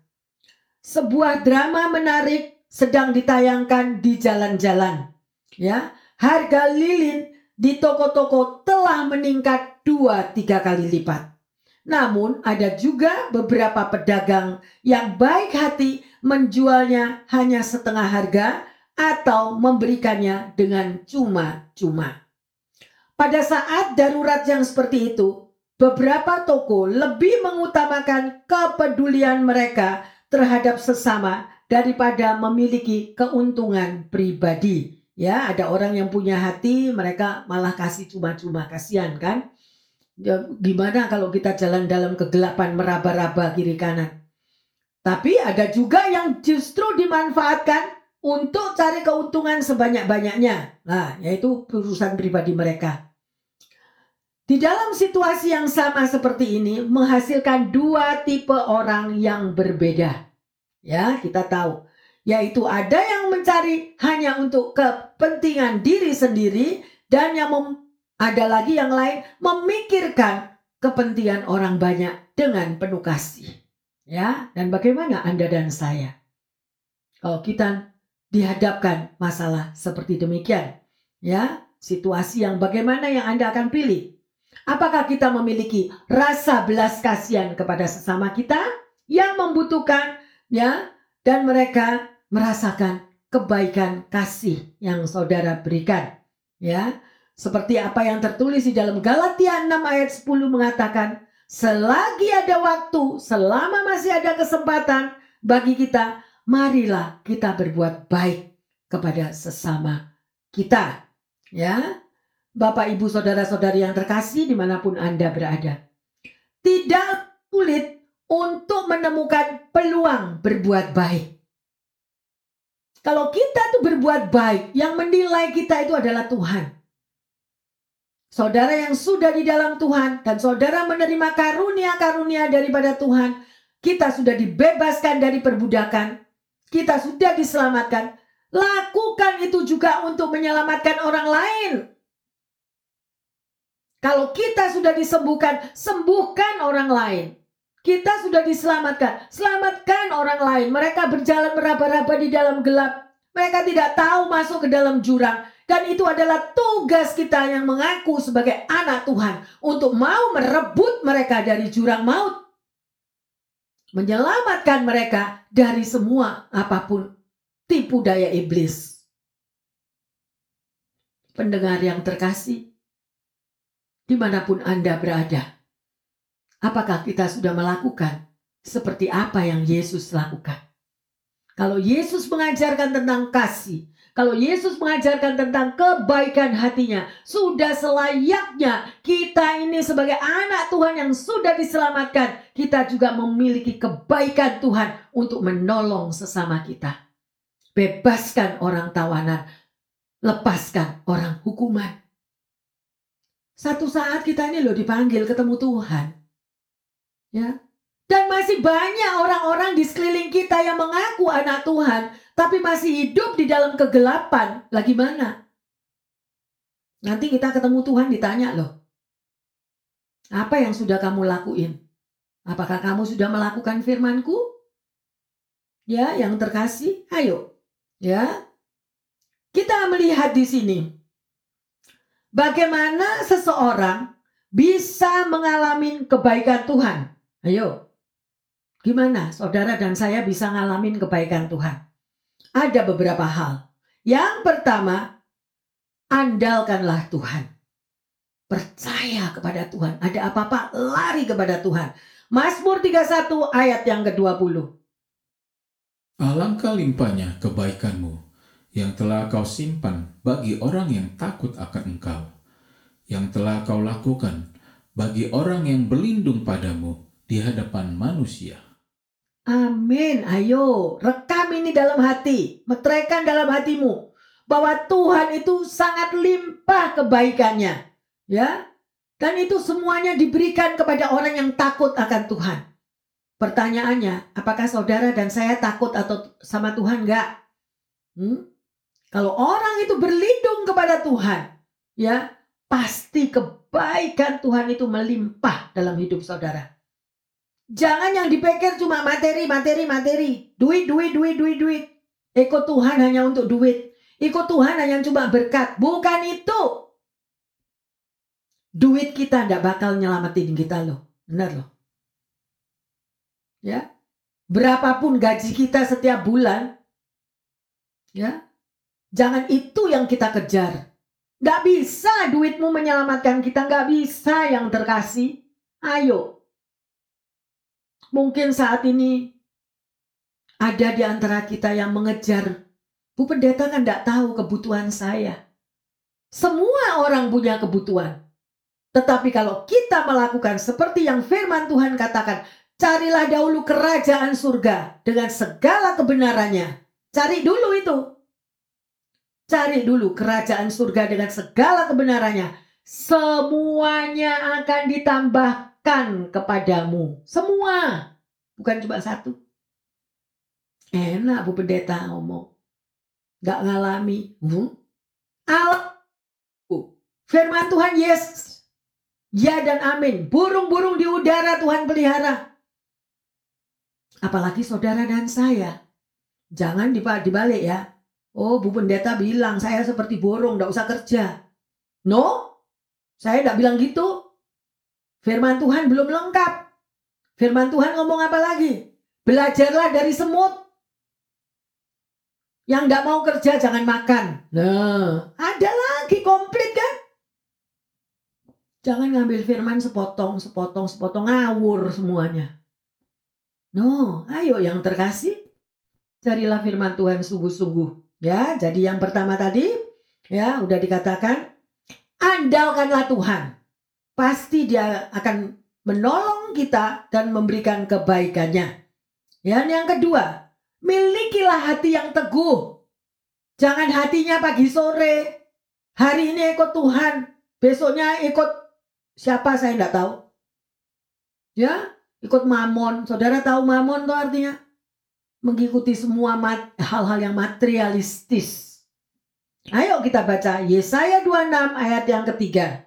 sebuah drama menarik sedang ditayangkan di jalan-jalan. Ya, harga lilin di toko-toko telah meningkat dua tiga kali lipat. Namun ada juga beberapa pedagang yang baik hati menjualnya hanya setengah harga atau memberikannya dengan cuma-cuma. Pada saat darurat yang seperti itu, beberapa toko lebih mengutamakan kepedulian mereka terhadap sesama daripada memiliki keuntungan pribadi. Ya, ada orang yang punya hati, mereka malah kasih cuma-cuma, kasihan kan? Ya, gimana kalau kita jalan dalam kegelapan meraba-raba kiri kanan? Tapi ada juga yang justru dimanfaatkan untuk cari keuntungan sebanyak-banyaknya. Nah, yaitu urusan pribadi mereka. Di dalam situasi yang sama seperti ini menghasilkan dua tipe orang yang berbeda. Ya, kita tahu. Yaitu ada yang mencari hanya untuk kepentingan diri sendiri dan yang mem- ada lagi yang lain memikirkan kepentingan orang banyak dengan penuh kasih. Ya, dan bagaimana Anda dan saya? Kalau kita dihadapkan masalah seperti demikian, ya, situasi yang bagaimana yang Anda akan pilih? Apakah kita memiliki rasa belas kasihan kepada sesama kita yang membutuhkan, ya, dan mereka merasakan kebaikan kasih yang saudara berikan, ya? Seperti apa yang tertulis di dalam Galatia enam ayat sepuluh mengatakan, selagi ada waktu, selama masih ada kesempatan bagi kita, marilah kita berbuat baik kepada sesama kita. Ya, Bapak, Ibu, Saudara-saudari yang terkasih dimanapun Anda berada. Tidak sulit untuk menemukan peluang berbuat baik. Kalau kita tuh berbuat baik, yang menilai kita itu adalah Tuhan. Saudara yang sudah di dalam Tuhan dan saudara menerima karunia-karunia daripada Tuhan, kita sudah dibebaskan dari perbudakan, kita sudah diselamatkan. Lakukan itu juga untuk menyelamatkan orang lain. Kalau kita sudah disembuhkan, sembuhkan orang lain. Kita sudah diselamatkan, selamatkan orang lain. Mereka berjalan meraba-raba di dalam gelap. Mereka tidak tahu masuk ke dalam jurang. Dan itu adalah tugas kita yang mengaku sebagai anak Tuhan untuk mau merebut mereka dari jurang maut. Menyelamatkan mereka dari semua apapun tipu daya iblis. Pendengar yang terkasih, dimanapun Anda berada, apakah kita sudah melakukan seperti apa yang Yesus lakukan? Kalau Yesus mengajarkan tentang kasih, kalau Yesus mengajarkan tentang kebaikan hatinya, sudah selayaknya kita ini sebagai anak Tuhan yang sudah diselamatkan, kita juga memiliki kebaikan Tuhan untuk menolong sesama kita. Bebaskan orang tawanan, lepaskan orang hukuman. Satu saat kita ini loh dipanggil ketemu Tuhan. Ya. Dan masih banyak orang-orang di sekeliling kita yang mengaku anak Tuhan, tapi masih hidup di dalam kegelapan. Lah gimana? Nanti kita ketemu Tuhan ditanya loh, apa yang sudah kamu lakuin? Apakah kamu sudah melakukan firman-Ku? Ya, yang terkasih, ayo. Ya. Kita melihat di sini bagaimana seseorang bisa mengalami kebaikan Tuhan. Ayo. Gimana saudara dan saya bisa ngalamin kebaikan Tuhan? Ada beberapa hal. Yang pertama, andalkanlah Tuhan. Percaya kepada Tuhan. Ada apa-apa, lari kepada Tuhan. Mazmur tiga puluh satu ayat yang kedua puluh. Alangkah limpahnya kebaikanmu yang telah kau simpan bagi orang yang takut akan engkau, yang telah kau lakukan bagi orang yang berlindung padamu di hadapan manusia. Amin. Ayo, rekam ini dalam hati. Meteraikan dalam hatimu bahwa Tuhan itu sangat limpah kebaikannya. Ya, dan itu semuanya diberikan kepada orang yang takut akan Tuhan. Pertanyaannya, apakah saudara dan saya takut atau sama Tuhan? Enggak. Hmm? Kalau orang itu berlindung kepada Tuhan, ya pasti kebaikan Tuhan itu melimpah dalam hidup saudara. Jangan yang dipikir cuma materi, materi, materi, duit, duit, duit, duit, duit. Ikut Tuhan hanya untuk duit. Ikut Tuhan hanya cuma berkat. Bukan itu. Duit kita tidak bakal nyelamatin kita loh. Benar loh. Ya. Berapapun gaji kita setiap bulan. Ya. Jangan itu yang kita kejar. Nggak bisa duitmu menyelamatkan kita. Nggak bisa yang terkasih. Ayo. Mungkin saat ini ada di antara kita yang mengejar. Bu pendeta kan nggak tahu kebutuhan saya. Semua orang punya kebutuhan. Tetapi kalau kita melakukan seperti yang firman Tuhan katakan, carilah dahulu kerajaan surga dengan segala kebenarannya. Cari dulu itu. Cari dulu kerajaan surga dengan segala kebenarannya. Semuanya akan ditambahkan kepadamu. Semua. Bukan cuma satu. Enak Bu Pendeta ngomong. Gak ngalami. Hmm? Allah. Firman Tuhan yes. Ya dan amin. Burung-burung di udara Tuhan pelihara. Apalagi saudara dan saya. Jangan dibalik ya. Oh, Bu Pendeta bilang saya seperti burung, gak usah kerja. No, saya gak bilang gitu. Firman Tuhan belum lengkap. Firman Tuhan ngomong apa lagi? Belajarlah dari semut. Yang gak mau kerja jangan makan. Nah, ada lagi komplit kan? Jangan ngambil firman sepotong, sepotong, sepotong, ngawur semuanya. No, ayo yang terkasih, carilah firman Tuhan sungguh-sungguh. Ya, jadi yang pertama tadi, ya udah dikatakan, andalkanlah Tuhan. Pasti dia akan menolong kita dan memberikan kebaikannya. Ya, yang kedua, milikilah hati yang teguh. Jangan hatinya pagi sore, hari ini ikut Tuhan, besoknya ikut siapa saya enggak tahu. Ya, ikut mamon. Saudara tahu mamon itu artinya? Mengikuti semua hal-hal yang materialistis. Ayo kita baca Yesaya dua puluh enam ayat yang ketiga.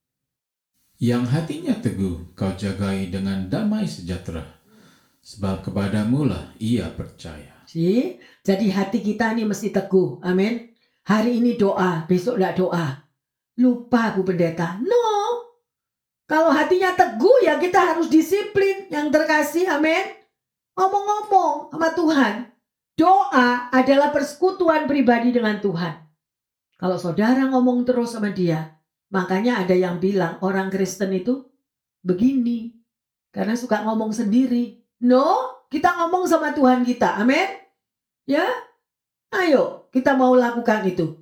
Yang hatinya teguh kau jagai dengan damai sejahtera, sebab kepadamu lah ia percaya. Si, jadi hati kita ini mesti teguh. Amin. Hari ini doa, besok enggak doa. Lupa Bu Pendeta. No. Kalau hatinya teguh ya kita harus disiplin yang terkasih, amin. Ngomong-ngomong sama Tuhan. Doa adalah persekutuan pribadi dengan Tuhan. Kalau saudara ngomong terus sama dia, makanya ada yang bilang orang Kristen itu begini. Karena suka ngomong sendiri. No, kita ngomong sama Tuhan kita, amin. Ya, ayo kita mau lakukan itu.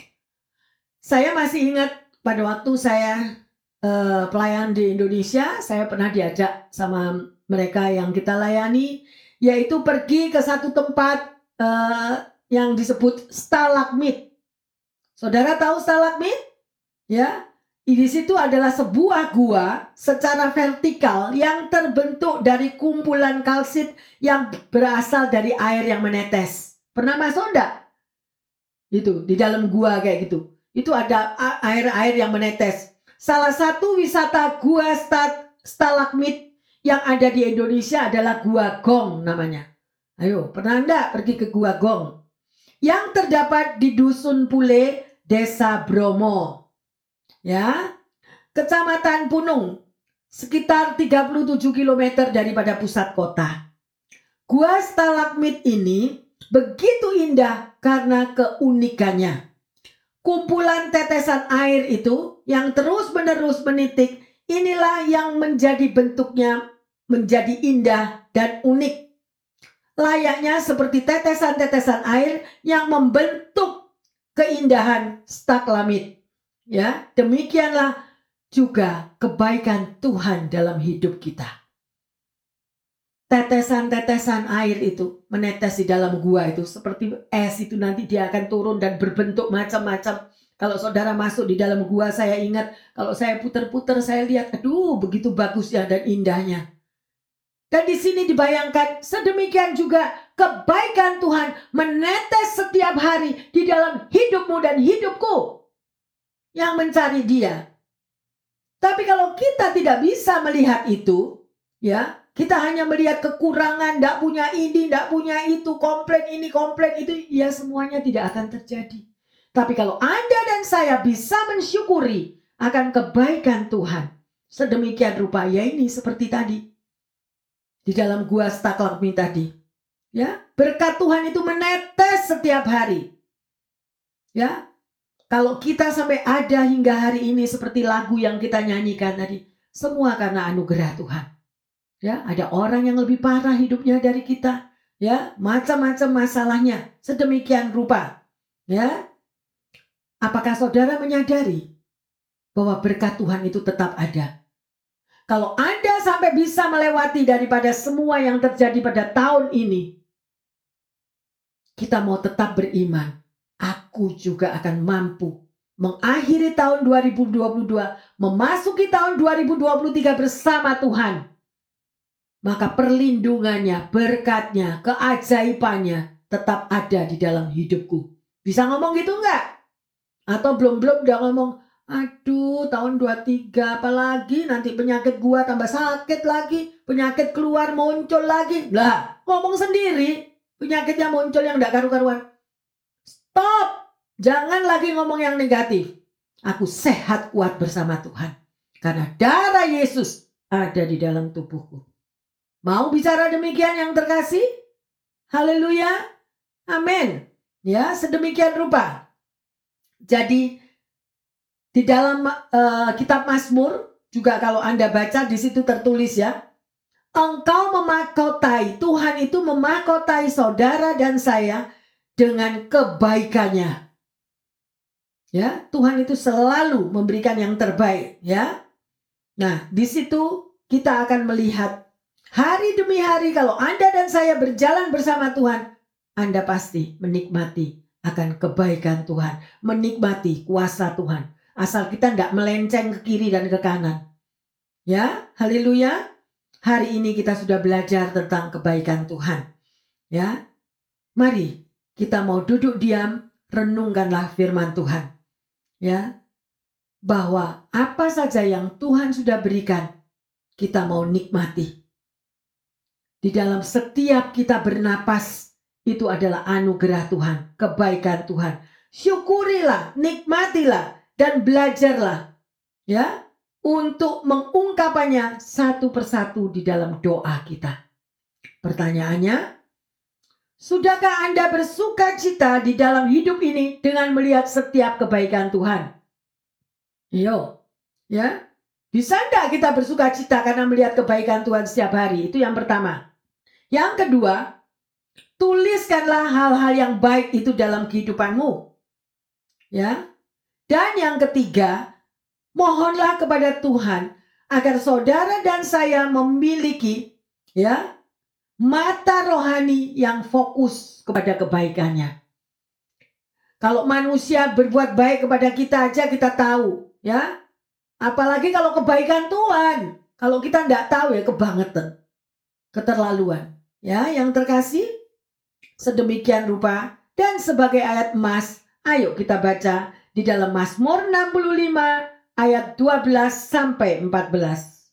Saya masih ingat pada waktu saya Uh, pelayan di Indonesia, saya pernah diajak sama mereka yang kita layani, yaitu pergi ke satu tempat uh, yang disebut stalagmit. Saudara tahu stalagmit? Ya, di situ adalah sebuah gua secara vertikal yang terbentuk dari kumpulan kalsit yang berasal dari air yang menetes. Pernah masuk enggak? Itu di dalam gua kayak gitu. itu ada a- air-air yang menetes. Salah satu wisata gua sta- stalagmit yang ada di Indonesia adalah Gua Gong namanya. Ayo, pernah enggak pergi ke Gua Gong? Yang terdapat di Dusun Pule, Desa Bromo. Ya, Kecamatan Punung, sekitar tiga puluh tujuh kilometer daripada pusat kota. Gua stalagmit ini begitu indah karena keunikannya. Kumpulan tetesan air itu yang terus-menerus menitik, inilah yang menjadi bentuknya menjadi indah dan unik. Layaknya seperti tetesan-tetesan air yang membentuk keindahan stalagmit. Ya, demikianlah juga kebaikan Tuhan dalam hidup kita. Tetesan-tetesan air itu menetes di dalam gua itu seperti es itu, nanti dia akan turun dan berbentuk macam-macam. Kalau saudara masuk di dalam gua, saya ingat kalau saya putar-putar saya lihat, aduh begitu bagusnya dan indahnya. Dan di sini dibayangkan sedemikian juga kebaikan Tuhan menetes setiap hari di dalam hidupmu dan hidupku yang mencari Dia. Tapi kalau kita tidak bisa melihat itu, ya, kita hanya melihat kekurangan, tidak punya ini, tidak punya itu, komplain ini, komplain itu, ya semuanya tidak akan terjadi. Tapi kalau Anda dan saya bisa mensyukuri akan kebaikan Tuhan, sedemikian rupa, ya ini seperti tadi di dalam gua stalagmit tadi, ya, berkat Tuhan itu menetes setiap hari, ya. Kalau kita sampai ada hingga hari ini seperti lagu yang kita nyanyikan tadi, semua karena anugerah Tuhan. Ya, ada orang yang lebih parah hidupnya dari kita, ya, macam-macam masalahnya, sedemikian rupa, ya. Apakah saudara menyadari bahwa berkat Tuhan itu tetap ada? Kalau Anda sampai bisa melewati daripada semua yang terjadi pada tahun ini, kita mau tetap beriman. Aku juga akan mampu mengakhiri tahun dua ribu dua puluh dua, memasuki tahun dua ribu dua puluh tiga bersama Tuhan. Maka perlindungannya, berkatnya, keajaibannya tetap ada di dalam hidupku. Bisa ngomong gitu enggak? Atau belum-belum udah ngomong, aduh tahun dua puluh tiga apalagi, nanti penyakit gua tambah sakit lagi, penyakit keluar muncul lagi. Lah, ngomong sendiri, penyakitnya muncul yang enggak karu-karuan. Stop, jangan lagi ngomong yang negatif. Aku sehat kuat bersama Tuhan, karena darah Yesus ada di dalam tubuhku. Mau bicara demikian yang terkasih? Haleluya, amin. Ya, sedemikian rupa. Jadi di dalam uh, kitab Mazmur juga kalau Anda baca di situ tertulis ya, engkau memakotai, Tuhan itu memakotai saudara dan saya dengan kebaikannya. Ya, Tuhan itu selalu memberikan yang terbaik, ya. Nah, di situ kita akan melihat hari demi hari kalau Anda dan saya berjalan bersama Tuhan, Anda pasti menikmati akan kebaikan Tuhan, menikmati kuasa Tuhan. Asal kita tidak melenceng ke kiri dan ke kanan. Ya, haleluya. Hari ini kita sudah belajar tentang kebaikan Tuhan. Ya, mari kita mau duduk diam, renungkanlah firman Tuhan. Ya, bahwa apa saja yang Tuhan sudah berikan, kita mau nikmati. Di dalam setiap kita bernapas, itu adalah anugerah Tuhan, kebaikan Tuhan. Syukurilah, nikmatilah, dan belajarlah ya untuk mengungkapannya satu persatu di dalam doa kita. Pertanyaannya, sudahkah Anda bersuka cita di dalam hidup ini dengan melihat setiap kebaikan Tuhan? Yo, ya, bisa enggak kita bersuka cita karena melihat kebaikan Tuhan setiap hari? Itu yang pertama. Yang kedua, tuliskanlah hal-hal yang baik itu dalam kehidupanmu. Ya. Dan yang ketiga, mohonlah kepada Tuhan agar saudara dan saya memiliki ya mata rohani yang fokus kepada kebaikannya. Kalau manusia berbuat baik kepada kita aja kita tahu, ya. Apalagi kalau kebaikan Tuhan. Kalau kita tidak tahu ya kebangetan, keterlaluan. Ya, yang terkasih, sedemikian rupa dan sebagai ayat emas, ayo kita baca di dalam Mazmur enam puluh lima ayat dua belas sampai empat belas.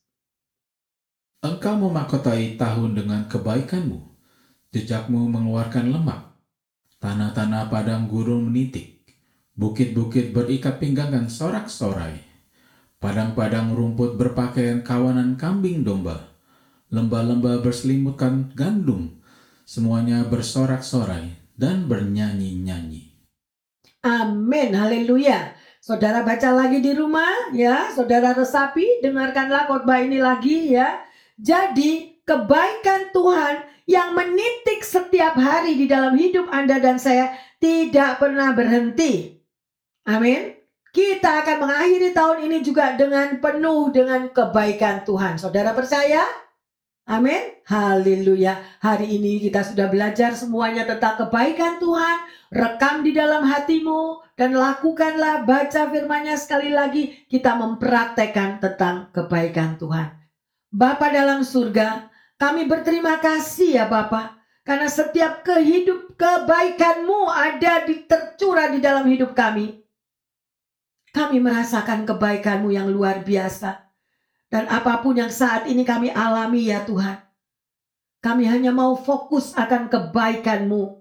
Engkau memahkotai tahun dengan kebaikanmu, jejakmu mengeluarkan lemak, tanah-tanah padang gurun menitik, bukit-bukit berikat pinggangan sorak-sorai, padang-padang rumput berpakaian kawanan kambing domba, lembah-lembah berselimutkan gandum, semuanya bersorak-sorai dan bernyanyi-nyanyi. Amin, haleluya. Saudara baca lagi di rumah ya, saudara resapi, dengarkanlah khotbah ini lagi ya. Jadi kebaikan Tuhan yang menitik setiap hari di dalam hidup Anda dan saya tidak pernah berhenti. Amin. Kita akan mengakhiri tahun ini juga dengan penuh dengan kebaikan Tuhan. Saudara percaya? Amin. Haleluya. Hari ini kita sudah belajar semuanya tentang kebaikan Tuhan. Rekam di dalam hatimu dan lakukanlah, baca firman-Nya sekali lagi. Kita mempraktekkan tentang kebaikan Tuhan. Bapa dalam surga, kami berterima kasih ya Bapa, karena setiap kehidup kebaikan-Mu ada di tercurah di dalam hidup kami. Kami merasakan kebaikan-Mu yang luar biasa. Dan apapun yang saat ini kami alami ya Tuhan, kami hanya mau fokus akan kebaikan-Mu.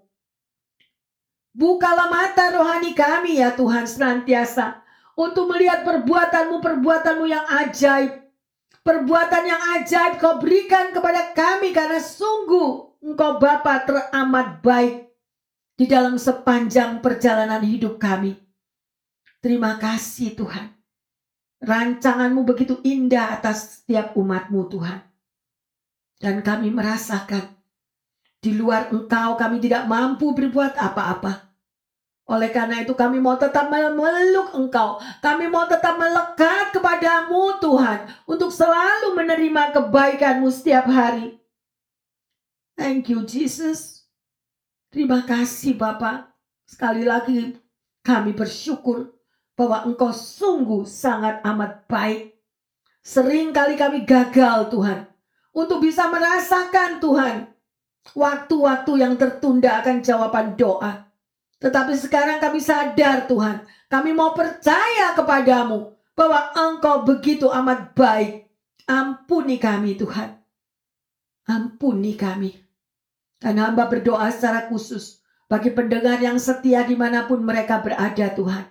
Bukalah mata rohani kami ya Tuhan senantiasa, untuk melihat perbuatan-Mu, perbuatan-Mu yang ajaib. Perbuatan yang ajaib Kau berikan kepada kami, karena sungguh Engkau Bapa teramat baik di dalam sepanjang perjalanan hidup kami. Terima kasih Tuhan. Rancangan-Mu begitu indah atas setiap umat-Mu Tuhan. Dan kami merasakan di luar Engkau kami tidak mampu berbuat apa-apa. Oleh karena itu kami mau tetap memeluk Engkau. Kami mau tetap melekat kepada-Mu Tuhan, untuk selalu menerima kebaikan-Mu setiap hari. Thank you Jesus. Terima kasih Bapa. Sekali lagi kami bersyukur bahwa Engkau sungguh sangat amat baik. Sering kali kami gagal Tuhan, untuk bisa merasakan Tuhan waktu-waktu yang tertunda akan jawaban doa. Tetapi sekarang kami sadar Tuhan, kami mau percaya kepada-Mu bahwa Engkau begitu amat baik. Ampuni kami Tuhan. Ampuni kami. Dan hamba berdoa secara khusus bagi pendengar yang setia dimanapun mereka berada Tuhan.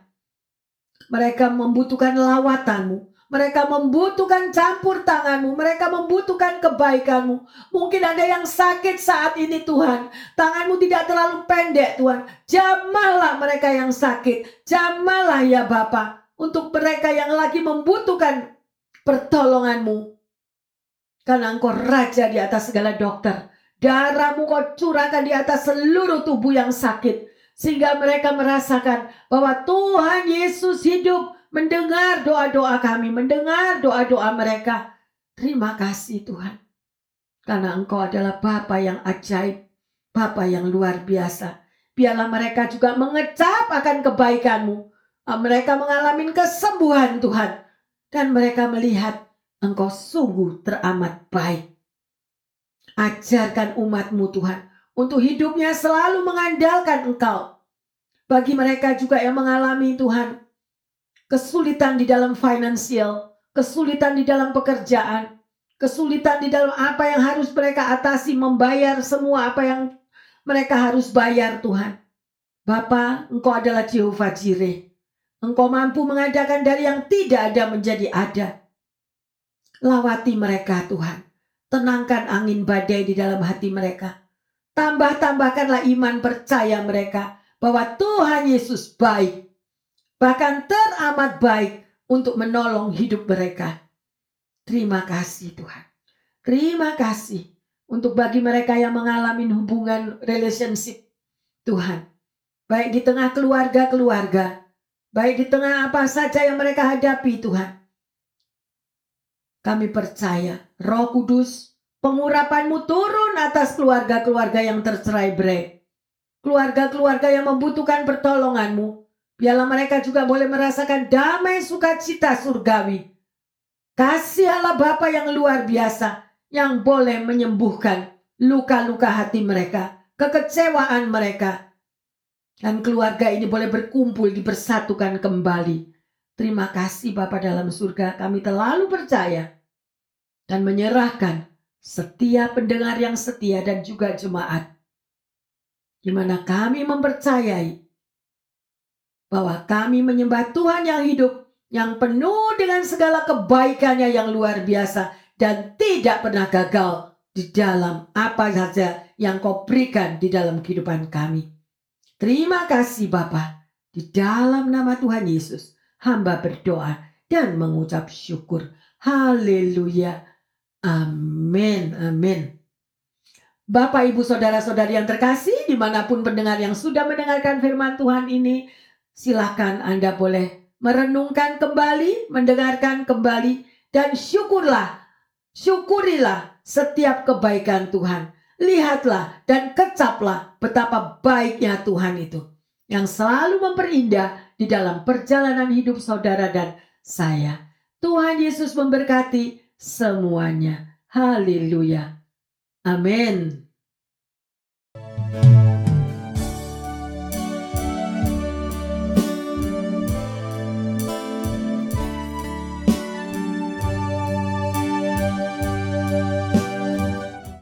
Mereka membutuhkan lawatan-Mu. Mereka membutuhkan campur tangan-Mu. Mereka membutuhkan kebaikan-Mu. Mungkin ada yang sakit saat ini Tuhan. Tangan-Mu tidak terlalu pendek Tuhan. Jamahlah mereka yang sakit. Jamahlah ya Bapa. Untuk mereka yang lagi membutuhkan pertolongan-Mu. Karena Engkau Raja di atas segala dokter. Darah-Mu Kau curahkan di atas seluruh tubuh yang sakit. Sehingga mereka merasakan bahwa Tuhan Yesus hidup, mendengar doa-doa kami, mendengar doa-doa mereka. Terima kasih Tuhan. Karena Engkau adalah Bapa yang ajaib, Bapa yang luar biasa. Biarlah mereka juga mengecap akan kebaikan-Mu. Mereka mengalami kesembuhan Tuhan. Dan mereka melihat Engkau sungguh teramat baik. Ajarkan umat-Mu Tuhan, untuk hidupnya selalu mengandalkan Engkau. Bagi mereka juga yang mengalami Tuhan kesulitan di dalam finansial, kesulitan di dalam pekerjaan, kesulitan di dalam apa yang harus mereka atasi, membayar semua apa yang mereka harus bayar Tuhan. Bapa, Engkau adalah Jehovah Jireh. Engkau mampu mengadakan dari yang tidak ada menjadi ada. Lawati mereka Tuhan. Tenangkan angin badai di dalam hati mereka. Tambah-tambahkanlah iman percaya mereka bahwa Tuhan Yesus baik, bahkan teramat baik untuk menolong hidup mereka. Terima kasih Tuhan. Terima kasih untuk bagi mereka yang mengalami hubungan relationship Tuhan. Baik di tengah keluarga-keluarga, baik di tengah apa saja yang mereka hadapi Tuhan. Kami percaya Roh Kudus, pengurapan-Mu turun atas keluarga-keluarga yang tercerai-berai. Keluarga-keluarga yang membutuhkan pertolongan-Mu. Biarlah mereka juga boleh merasakan damai sukacita surgawi. Kasih Allah Bapa yang luar biasa, yang boleh menyembuhkan luka-luka hati mereka, kekecewaan mereka. Dan keluarga ini boleh berkumpul, dipersatukan kembali. Terima kasih Bapa dalam surga, kami terlalu percaya dan menyerahkan setiap pendengar yang setia dan juga jemaat, di mana kami mempercayai bahwa kami menyembah Tuhan yang hidup, yang penuh dengan segala kebaikannya yang luar biasa dan tidak pernah gagal di dalam apa saja yang Kau berikan di dalam kehidupan kami. Terima kasih Bapa. Di dalam nama Tuhan Yesus, hamba berdoa dan mengucap syukur. Haleluya. Amin. Amin. Bapak, Ibu, Saudara-saudari yang terkasih, dimanapun pendengar yang sudah mendengarkan firman Tuhan ini, silakan Anda boleh merenungkan kembali, mendengarkan kembali, dan syukurlah, syukurilah setiap kebaikan Tuhan. Lihatlah dan kecaplah betapa baiknya Tuhan itu, yang selalu memperindah di dalam perjalanan hidup saudara dan saya. Tuhan Yesus memberkati semuanya. Haleluya. Amin.